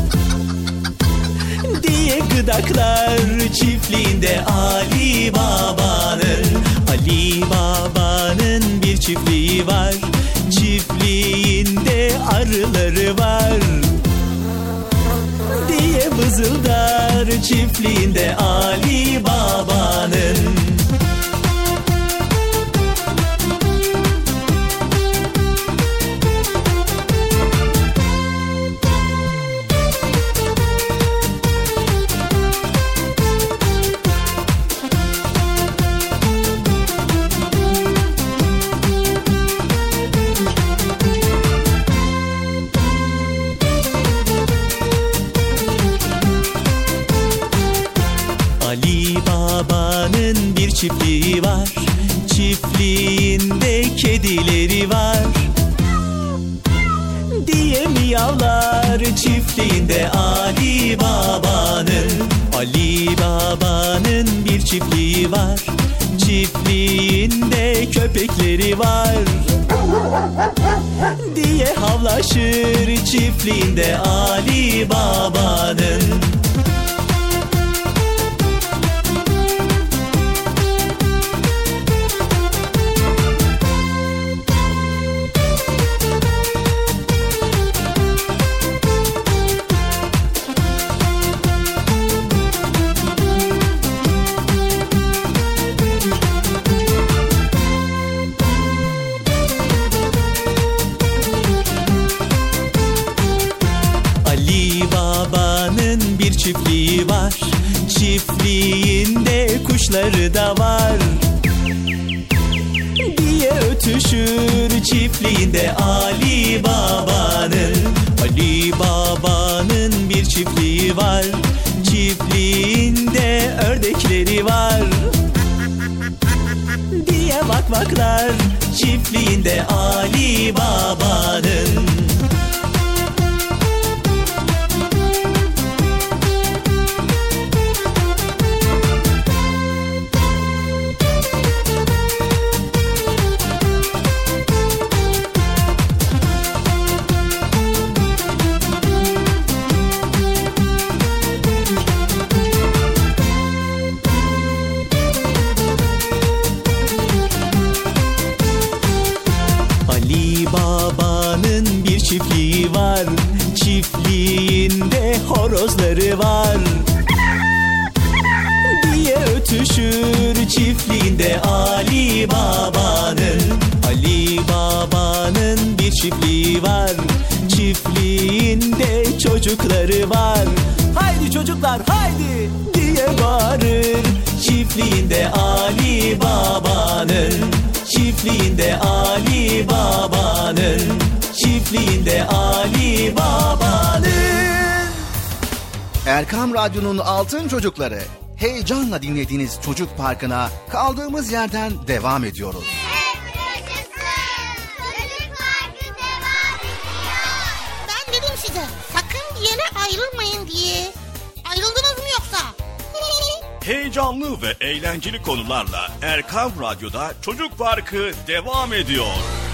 diye gıdaklar çiftliğinde Ali Baba'nın. Ali Baba'nın bir çiftliği var, çiftliğinde arıları var diye vızıldar çiftliğinde Ali Baba'nın. Çiftliği var, çiftliğinde kedileri var diye miyavlar çiftliğinde Ali Baba'nın. Ali Baba'nın bir çiftliği var, çiftliğinde köpekleri var diye havlaşır çiftliğinde Ali Baba'nın. Çiftliği var, çiftliğinde kuşları da var diye ötüşür çiftliğinde Ali Baba'nın. Ali Baba'nın bir çiftliği var, çiftliğinde ördekleri var diye vakvaklar çiftliğinde Ali Baba'nın. Çiftliği var, çiftliğinde horozları var diye ötüşür çiftliğinde Ali Baba'nın. Ali Baba'nın bir çiftliği var, çiftliğinde çocukları var. Haydi çocuklar haydi diye bağırır çiftliğinde Ali Baba'nın. Çiftliğinde Ali Baba'nın. Çiftliğinde Ali Baba'nın. Erkam Radyo'nun Altın Çocukları, heyecanla dinlediğiniz Çocuk Parkı'na kaldığımız yerden devam ediyoruz. Ben dedim size sakın bir yere ayrılmayın diye. Ayrıldınız mı yoksa? Heyecanlı ve eğlenceli konularla Erkam Radyo'da Çocuk Parkı devam ediyor.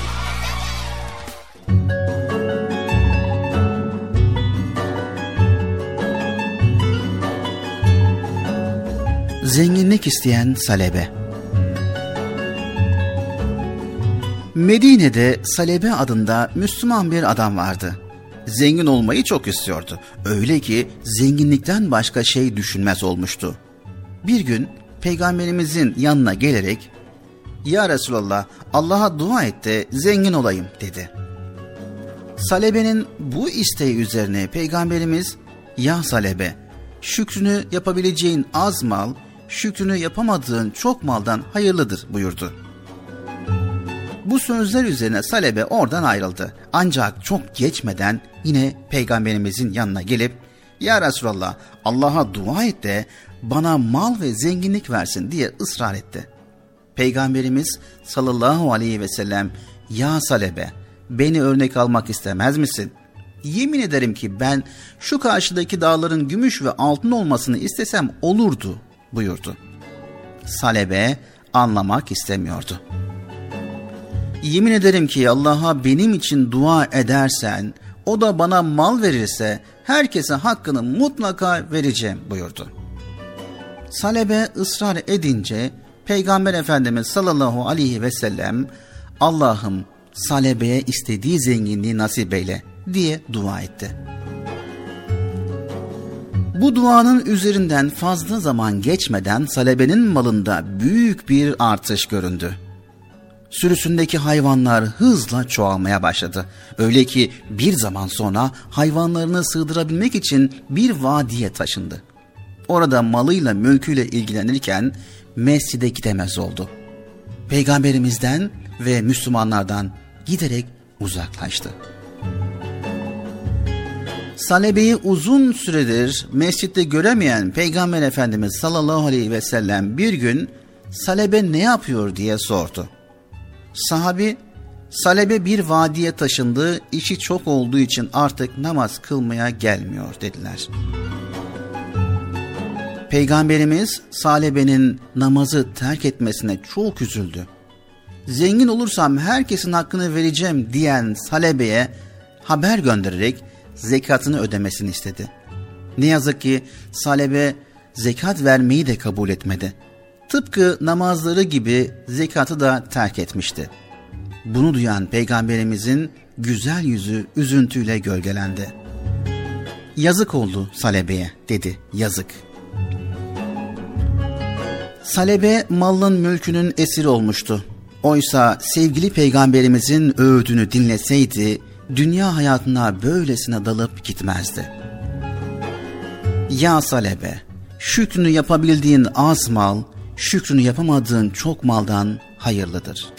Zenginlik isteyen Salebe. Medine'de Salebe adında Müslüman bir adam vardı. Zengin olmayı çok istiyordu. Öyle ki zenginlikten başka şey düşünmez olmuştu. Bir gün Peygamberimizin yanına gelerek "Ya Resulallah, Allah'a dua et de zengin olayım" dedi. Salebe'nin bu isteği üzerine Peygamberimiz "Ya Salebe, şükrünü yapabileceğin az mal, şükrünü yapamadığın çok maldan hayırlıdır" buyurdu. Bu sözler üzerine Salebe oradan ayrıldı. Ancak çok geçmeden yine Peygamberimizin yanına gelip "Ya Resulallah, Allah'a dua et de bana mal ve zenginlik versin" diye ısrar etti. Peygamberimiz sallallahu aleyhi ve sellem "Ya Salebe, beni örnek almak istemez misin? Yemin ederim ki ben şu karşıdaki dağların gümüş ve altın olmasını istesem olurdu" buyurdu. Salebe anlamak istemiyordu. "Yemin ederim ki Allah'a benim için dua edersen, o da bana mal verirse herkese hakkını mutlaka vereceğim" buyurdu. Salebe ısrar edince Peygamber Efendimiz sallallahu aleyhi ve sellem "Allah'ım Salebe'ye istediği zenginliği nasip eyle" diye dua etti. Bu duanın üzerinden fazla zaman geçmeden Salebe'nin malında büyük bir artış göründü. Sürüsündeki hayvanlar hızla çoğalmaya başladı. Öyle ki bir zaman sonra hayvanlarını sığdırabilmek için bir vadiye taşındı. Orada malıyla mülküyle ilgilenirken mescide gidemez oldu. Peygamberimizden ve Müslümanlardan giderek uzaklaştı. Salebe'yi uzun süredir mescitte göremeyen Peygamber Efendimiz sallallahu aleyhi ve sellem bir gün Salebe ne yapıyor diye sordu. Sahabi, Salebe bir vadiye taşındı, işi çok olduğu için artık namaz kılmaya gelmiyor dediler. Peygamberimiz Salebe'nin namazı terk etmesine çok üzüldü. Zengin olursam herkesin hakkını vereceğim diyen Salebe'ye haber göndererek zekatını ödemesini istedi. Ne yazık ki Salebe zekat vermeyi de kabul etmedi. Tıpkı namazları gibi zekatı da terk etmişti. Bunu duyan Peygamberimizin güzel yüzü üzüntüyle gölgelendi. Yazık oldu Salebe'ye dedi, yazık. Salebe malının mülkünün esiri olmuştu. Oysa sevgili Peygamberimizin öğüdünü dinleseydi dünya hayatına böylesine dalıp gitmezdi. Ya Salebe, şükrünü yapabildiğin az mal, şükrünü yapamadığın çok maldan hayırlıdır.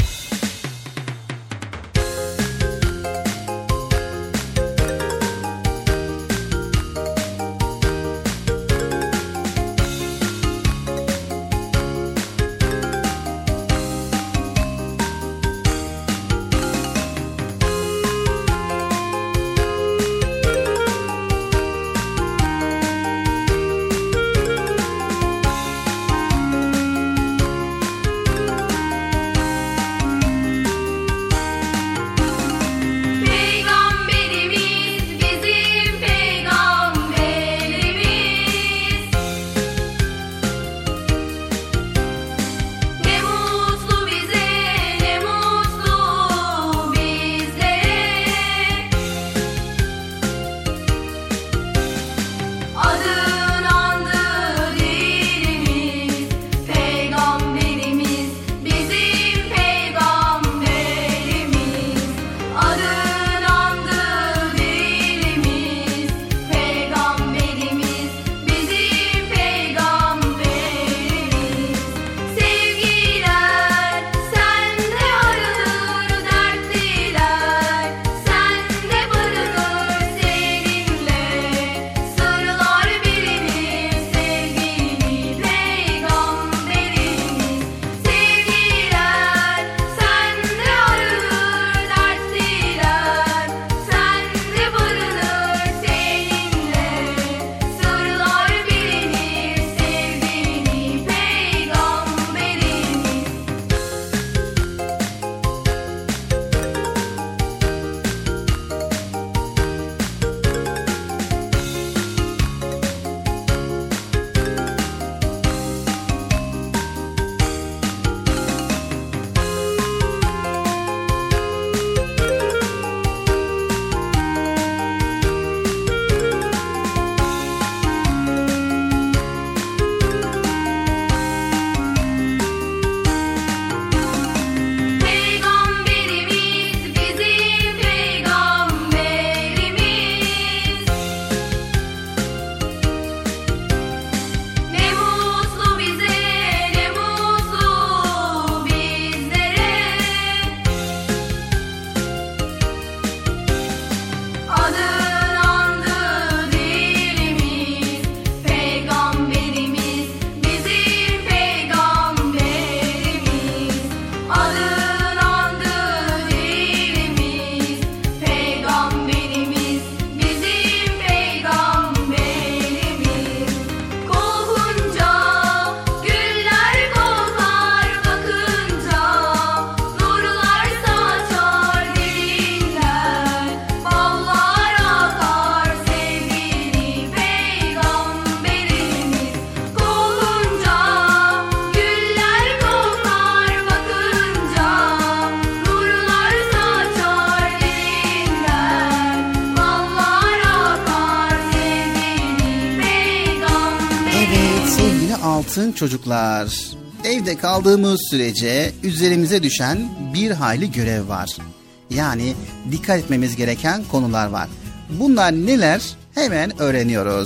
Altın çocuklar, evde kaldığımız sürece üzerimize düşen bir hayli görev var. Yani dikkat etmemiz gereken konular var. Bunlar neler? Hemen öğreniyoruz.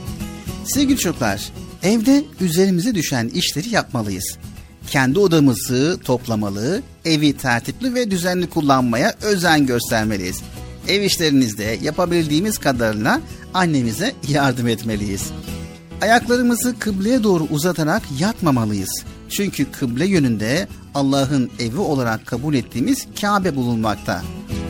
Sevgili çocuklar, evde üzerimize düşen işleri yapmalıyız. Kendi odamızı toplamalı, evi tertipli ve düzenli kullanmaya özen göstermeliyiz. Ev işlerinizde yapabildiğimiz kadarıyla annemize yardım etmeliyiz. Ayaklarımızı kıbleye doğru uzatarak yatmamalıyız. Çünkü kıble yönünde Allah'ın evi olarak kabul ettiğimiz Kabe bulunmakta.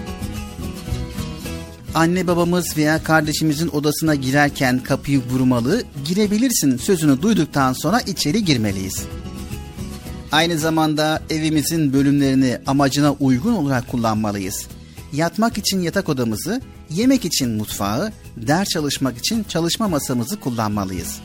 Anne babamız veya kardeşimizin odasına girerken kapıyı vurmalı, girebilirsin sözünü duyduktan sonra içeri girmeliyiz. Aynı zamanda evimizin bölümlerini amacına uygun olarak kullanmalıyız. Yatmak için yatak odamızı, yemek için mutfağı, ders çalışmak için çalışma masamızı kullanmalıyız.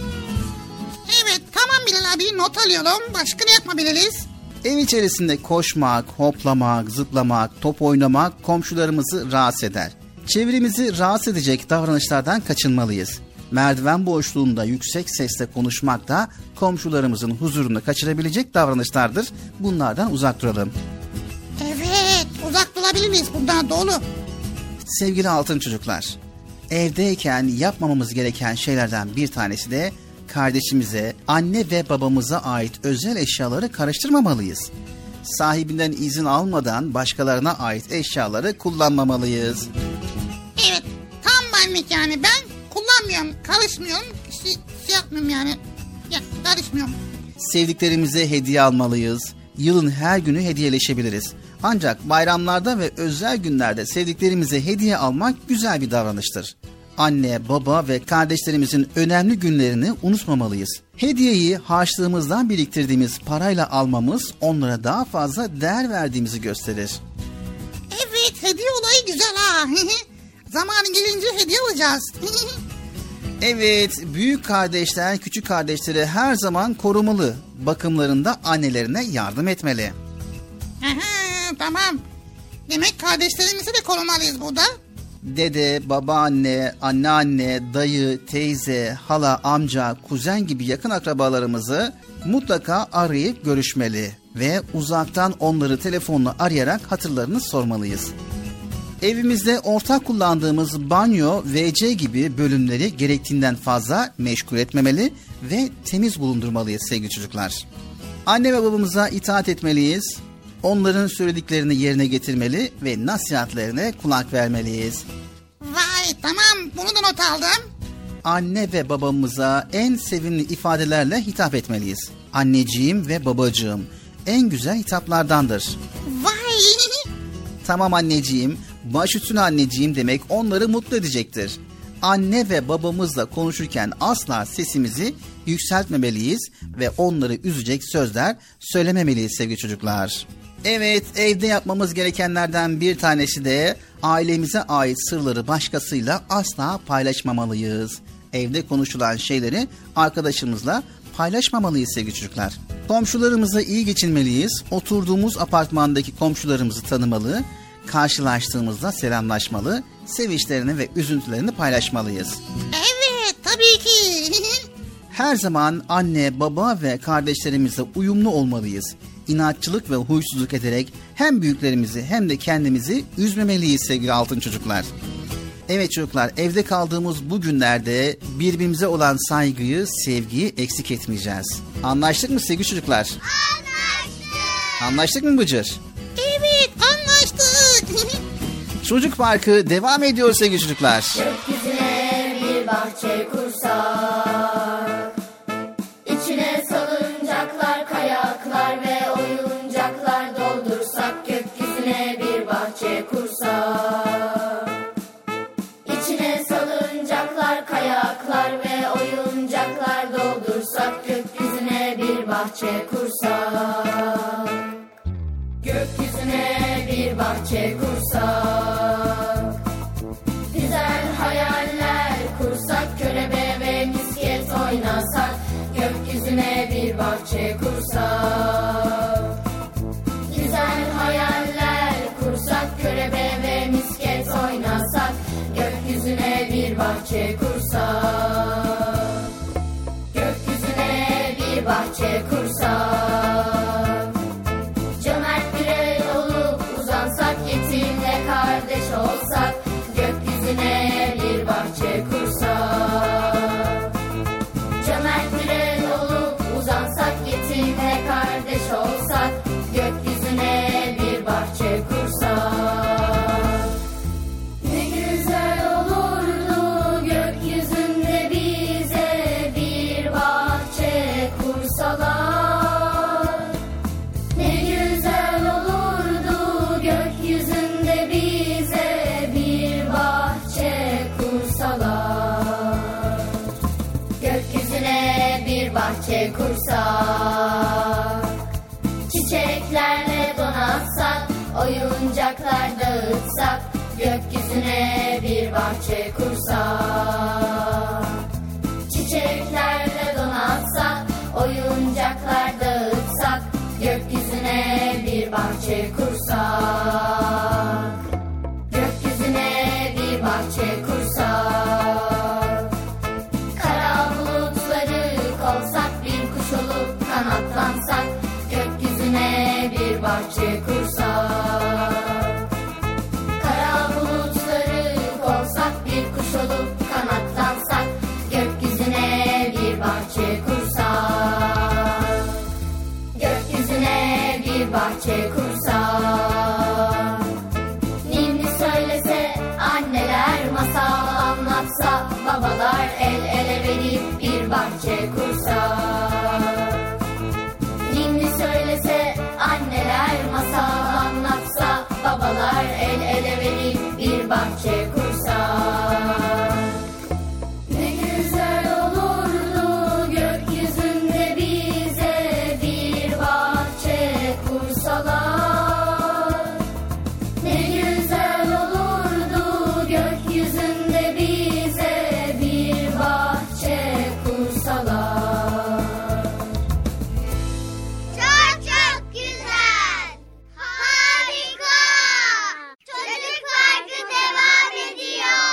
Evet, tamam Bilal abi, not alıyorum. Başka ne yapabiliriz? Ev içerisinde koşmak, hoplamak, zıplamak, top oynamak komşularımızı rahatsız eder. Çevremizi rahatsız edecek davranışlardan kaçınmalıyız. Merdiven boşluğunda yüksek sesle konuşmak da komşularımızın huzurunu kaçırabilecek davranışlardır. Bunlardan uzak duralım. Evet, uzak durabiliriz bundan, doğru. Sevgili altın çocuklar, evdeyken yapmamamız gereken şeylerden bir tanesi de kardeşimize, anne ve babamıza ait özel eşyaları karıştırmamalıyız. Sahibinden izin almadan başkalarına ait eşyaları kullanmamalıyız. Evet, tam benlik yani. Ben kullanmıyorum, karışmıyorum, şey, şey yapmıyorum yani. Ya, karışmıyorum. Sevdiklerimize hediye almalıyız. Yılın her günü hediyeleşebiliriz. Ancak bayramlarda ve özel günlerde sevdiklerimize hediye almak güzel bir davranıştır. Anne, baba ve kardeşlerimizin önemli günlerini unutmamalıyız. Hediyeyi harçlığımızdan biriktirdiğimiz parayla almamız onlara daha fazla değer verdiğimizi gösterir. Evet, hediye olayı güzel ha. Zamanı gelince hediye alacağız. Evet, büyük kardeşler küçük kardeşleri her zaman korumalı. Bakımlarında annelerine yardım etmeli. Aha, tamam. Demek kardeşlerimizi de korumalıyız burada. Dede, babaanne, anneanne, dayı, teyze, hala, amca, kuzen gibi yakın akrabalarımızı mutlaka arayıp görüşmeli ve uzaktan onları telefonla arayarak hatırlarını sormalıyız. Evimizde ortak kullandığımız banyo, ve ce gibi bölümleri gerektiğinden fazla meşgul etmemeli ve temiz bulundurmalıyız sevgili çocuklar. Anne ve babamıza itaat etmeliyiz. Onların söylediklerini yerine getirmeli ve nasihatlerine kulak vermeliyiz. Vay, tamam, bunu da not aldım. Anne ve babamıza en sevimli ifadelerle hitap etmeliyiz. Anneciğim ve babacığım en güzel hitaplardandır. Vay. Tamam anneciğim, baş üstüne anneciğim demek onları mutlu edecektir. Anne ve babamızla konuşurken asla sesimizi yükseltmemeliyiz ve onları üzecek sözler söylememeliyiz sevgili çocuklar. Evet, evde yapmamız gerekenlerden bir tanesi de ailemize ait sırları başkasıyla asla paylaşmamalıyız. Evde konuşulan şeyleri arkadaşımızla paylaşmamalıyız sevgili çocuklar. Komşularımızla iyi geçinmeliyiz. Oturduğumuz apartmandaki komşularımızı tanımalı, karşılaştığımızda selamlaşmalı, sevinçlerini ve üzüntülerini paylaşmalıyız. Evet, tabii ki. Her zaman anne, baba ve kardeşlerimizle uyumlu olmalıyız. İnatçılık ve huysuzluk ederek hem büyüklerimizi hem de kendimizi üzmemeliyiz sevgili altın çocuklar. Evet çocuklar, evde kaldığımız bu günlerde birbirimize olan saygıyı, sevgiyi eksik etmeyeceğiz. Anlaştık mı sevgili çocuklar? Anlaştık. Anlaştık mı Bıcır? Evet, anlaştık. Çocuk Parkı devam ediyor sevgili çocuklar. Gökyüzüne bir bahçe kursak, İçine salıncaklar, kayaklar ve oyuncaklar doldursak, gökyüzüne bir bahçe kursak. İçine salıncaklar, kayaklar ve oyuncaklar doldursak, gökyüzüne bir bahçe kursak. Gökyüzüne bir bahçe kursak, güzel hayaller kursak, körebe ve misket oynasak, gökyüzüne bir bahçe kursak. Güzel hayaller kursak, körebe ve misket oynasak, gökyüzüne bir bahçe kursak. Gökyüzüne bir bahçe kursak. Cömert bir el olup uzansak, yetimle kardeş olsak, gökyüzüne bir bahçe kursak. Cömert bir el olup uzansak, yetimle kardeş olsak, gökyüzüne bir bahçe kursak. Ne güzel olurdu gökyüzünde bize bir bahçe kursalar. bahçe kursak, çiçeklerle donatsak, oyuncaklar dağıtsak, gökyüzüne bir bahçe kursak. Çiçeklerle donatsak, oyuncaklar dağıtsak, gökyüzüne bir bahçe kursak. Gökyüzüne bir bahçe kursak. Kara bulutları kovsak, bir kuş olup kanatlansak, gökyüzüne bir bahçe kursak. Kara bulutları kovsak, bir kuş olup kanatlansak, gökyüzüne bir bahçe kursak. Gökyüzüne bir bahçe kursak. Ninni söylese, anneler masal anlatsa, babalar el ele verip bir bahçe kursak. Ninni söylese, anneler masal anlatsa, babalar el ele verip bir bahçe kursak. Ne güzel olurdu gökyüzünde bize bir bahçe kursalar. Ne güzel olurdu gökyüzünde bize bir bahçe kursalar. Çok çok güzel. Harika. Çocuk Parkı devam ediyor.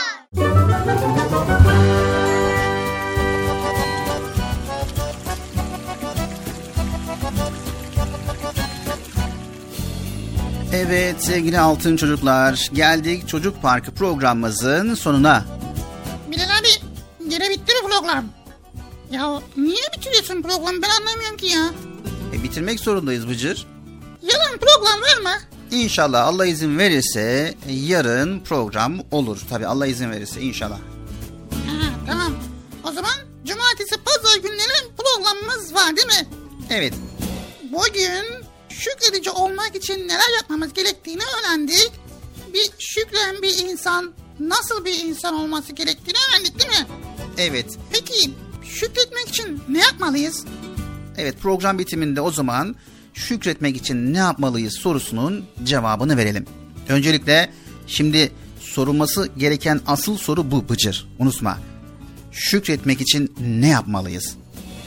Evet sevgili altın çocuklar, geldik Çocuk Parkı programımızın sonuna. Bilal abi, gene bitti mi program? Ya niye bitiriyorsun programı, ben anlamıyorum ki ya. E, bitirmek zorundayız Bıcır. Yalan program var mı? İnşallah Allah izin verirse yarın program olur. Tabii Allah izin verirse inşallah. Ha, tamam. O zaman cumartesi pazar günleri programımız var değil mi? Evet. Bugün şükredici olmak için neler yapmamız gerektiğini öğrendik. Bir şükren bir insan nasıl bir insan olması gerektiğini öğrendik değil mi? Evet. Peki şükretmek için ne yapmalıyız? Evet, program bitiminde o zaman şükretmek için ne yapmalıyız sorusunun cevabını verelim. Öncelikle şimdi sorulması gereken asıl soru bu Bıcır. Unutma. Şükretmek için ne yapmalıyız?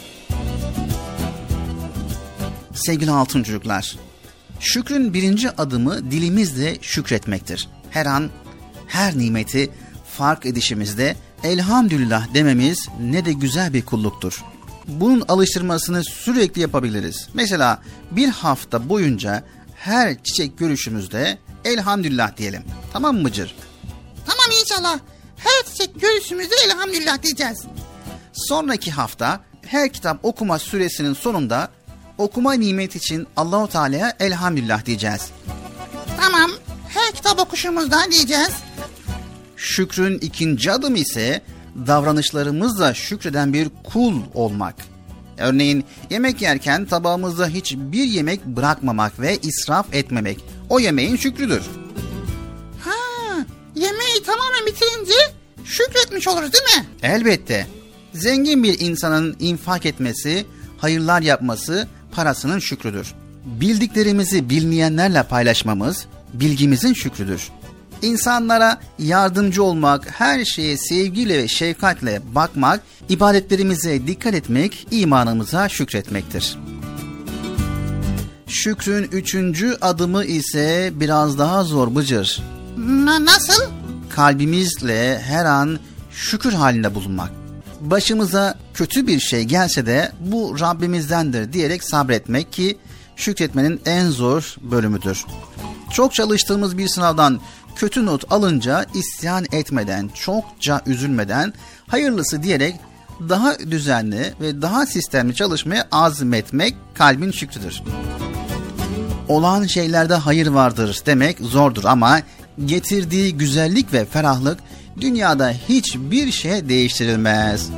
Sevgili altın çocuklar, şükrün birinci adımı dilimizle şükretmektir. Her an, her nimeti fark edişimizde elhamdülillah dememiz ne de güzel bir kulluktur. Bunun alıştırmasını sürekli yapabiliriz. Mesela bir hafta boyunca her çiçek görüşümüzde elhamdülillah diyelim. Tamam mı Bıcır? Tamam inşallah. Her çiçek görüşümüzde elhamdülillah diyeceğiz. Sonraki hafta her kitap okuma süresinin sonunda okuma nimet için Allahu Teala'ya elhamdülillah diyeceğiz. Tamam. Her kitap okuşumuzda diyeceğiz. Şükrün ikinci adımı ise davranışlarımızla şükreden bir kul olmak. Örneğin yemek yerken tabağımızda hiçbir yemek bırakmamak ve israf etmemek. O yemeğin şükrüdür. Ha, yemeği tamamen bitirince şükretmiş oluruz değil mi? Elbette. Zengin bir insanın infak etmesi, hayırlar yapması parasının şükrüdür. Bildiklerimizi bilmeyenlerle paylaşmamız bilgimizin şükrüdür. İnsanlara yardımcı olmak, her şeye sevgiyle ve şefkatle bakmak, ibadetlerimize dikkat etmek, imanımıza şükretmektir. Şükrün üçüncü adımı ise biraz daha zor Bıcır. Na- nasıl? Kalbimizle her an şükür halinde bulunmak. Başımıza kötü bir şey gelse de bu Rabbimizdendir diyerek sabretmek ki şükretmenin en zor bölümüdür. Çok çalıştığımız bir sınavdan kötü not alınca isyan etmeden, çokça üzülmeden, hayırlısı diyerek daha düzenli ve daha sistemli çalışmaya azmetmek kalbin şükrüdür. Olan şeylerde hayır vardır demek zordur ama getirdiği güzellik ve ferahlık dünyada hiçbir şey değiştirilmez.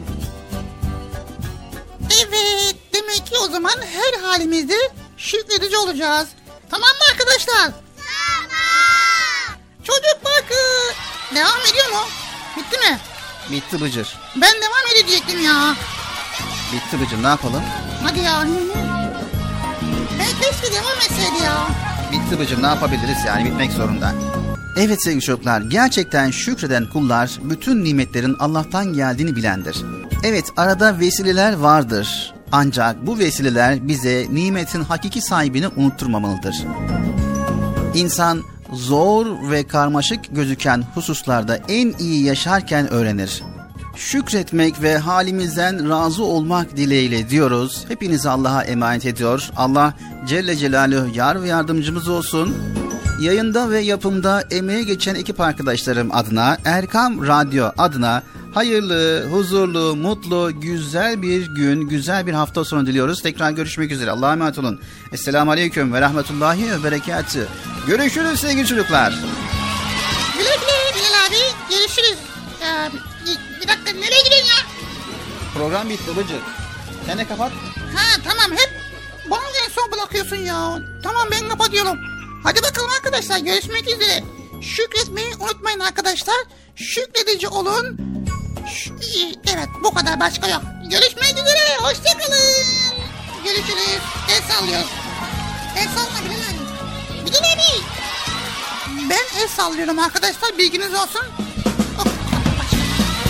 Evet, demek ki o zaman her halimizde şükredici olacağız. Tamam mı arkadaşlar? Tamam. Çocuk Parkı devam ediyor mu? Bitti mi? Bitti Bıcır. Ben devam edecektim ya. Bitti Bıcır, ne yapalım? Hadi ya. Ben keşke devam etseydi ya. Bitti bacım, ne yapabiliriz yani, bitmek zorunda. Evet sevgili çocuklar, gerçekten şükreden kullar bütün nimetlerin Allah'tan geldiğini bilendir. Evet, arada vesileler vardır. Ancak bu vesileler bize nimetin hakiki sahibini unutturmamalıdır. İnsan zor ve karmaşık gözüken hususlarda en iyi yaşarken öğrenir. Şükretmek ve halimizden razı olmak dileğiyle diyoruz. Hepinizi Allah'a emanet ediyor. Allah Celle Celaluhu yar ve yardımcımız olsun. Yayında ve yapımda emeğe geçen ekip arkadaşlarım adına, Erkam Radyo adına hayırlı, huzurlu, mutlu, güzel bir gün, güzel bir hafta sonu diliyoruz. Tekrar görüşmek üzere. Allah'a emanet olun. Esselamu Aleyküm ve Rahmetullahi ve Berekatü. Görüşürüz sevgili çocuklar. Güle güle Bilal abi. Görüşürüz. Ee, bir dakika, nereye gidiyorsun ya? Program bitti babacığım. Sen de kapat. Ha tamam, hep bana en son bırakıyorsun ya. Tamam, ben kapatıyorum. Hadi bakalım arkadaşlar, görüşmek üzere. Şükretmeyi unutmayın arkadaşlar. Şükredici olun. Ş- evet, bu kadar, başka yok. Görüşmek üzere, hoşçakalın. Görüşürüz. El sallıyoruz. El salla Bilal abi. Bilal abi. Ben el sallıyorum arkadaşlar, bilginiz olsun. Oh, başka.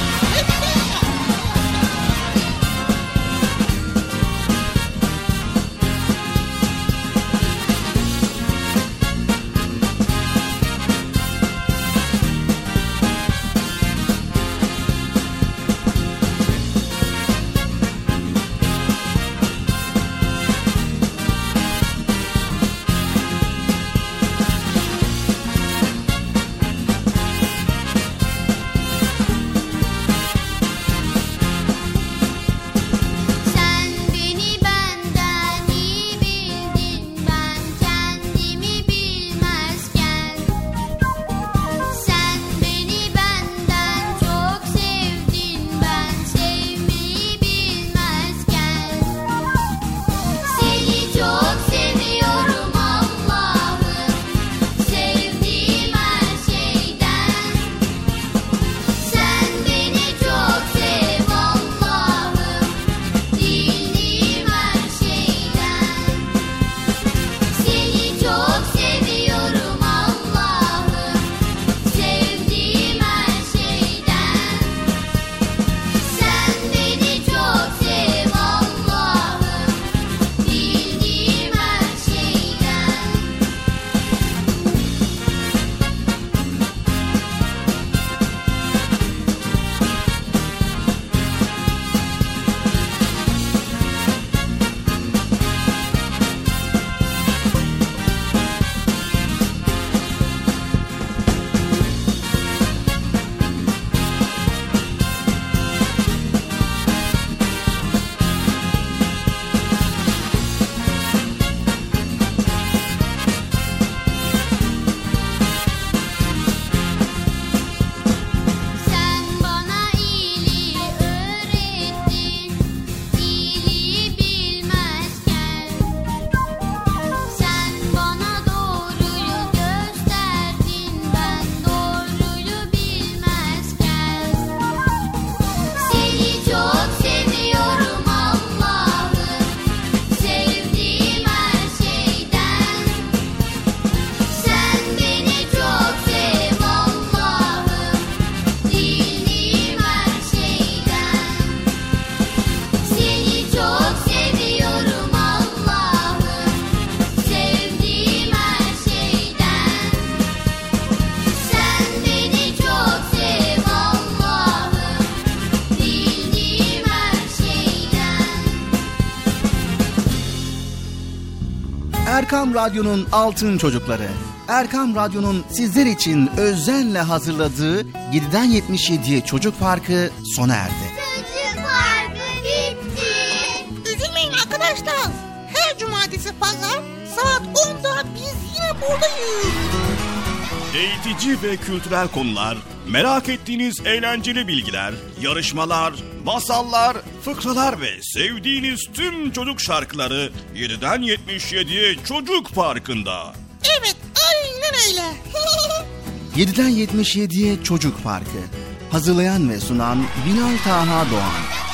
Erkam Radyo'nun Altın Çocukları. Erkam Radyo'nun sizler için özenle hazırladığı yediden yetmiş yediye Çocuk Parkı sona erdi. Çocuk Parkı bitti. Üzülmeyin arkadaşlar. Her cumartesi pazar saat onda biz yine buradayız. Eğitici ve kültürel konular, merak ettiğiniz eğlenceli bilgiler, yarışmalar, masallar, fıkralar ve sevdiğiniz tüm çocuk şarkıları yediden yetmiş yediye Çocuk Parkı'nda. Evet, aynen öyle. yediden yetmiş yediye Çocuk Parkı. Hazırlayan ve sunan Binal Taha Doğan.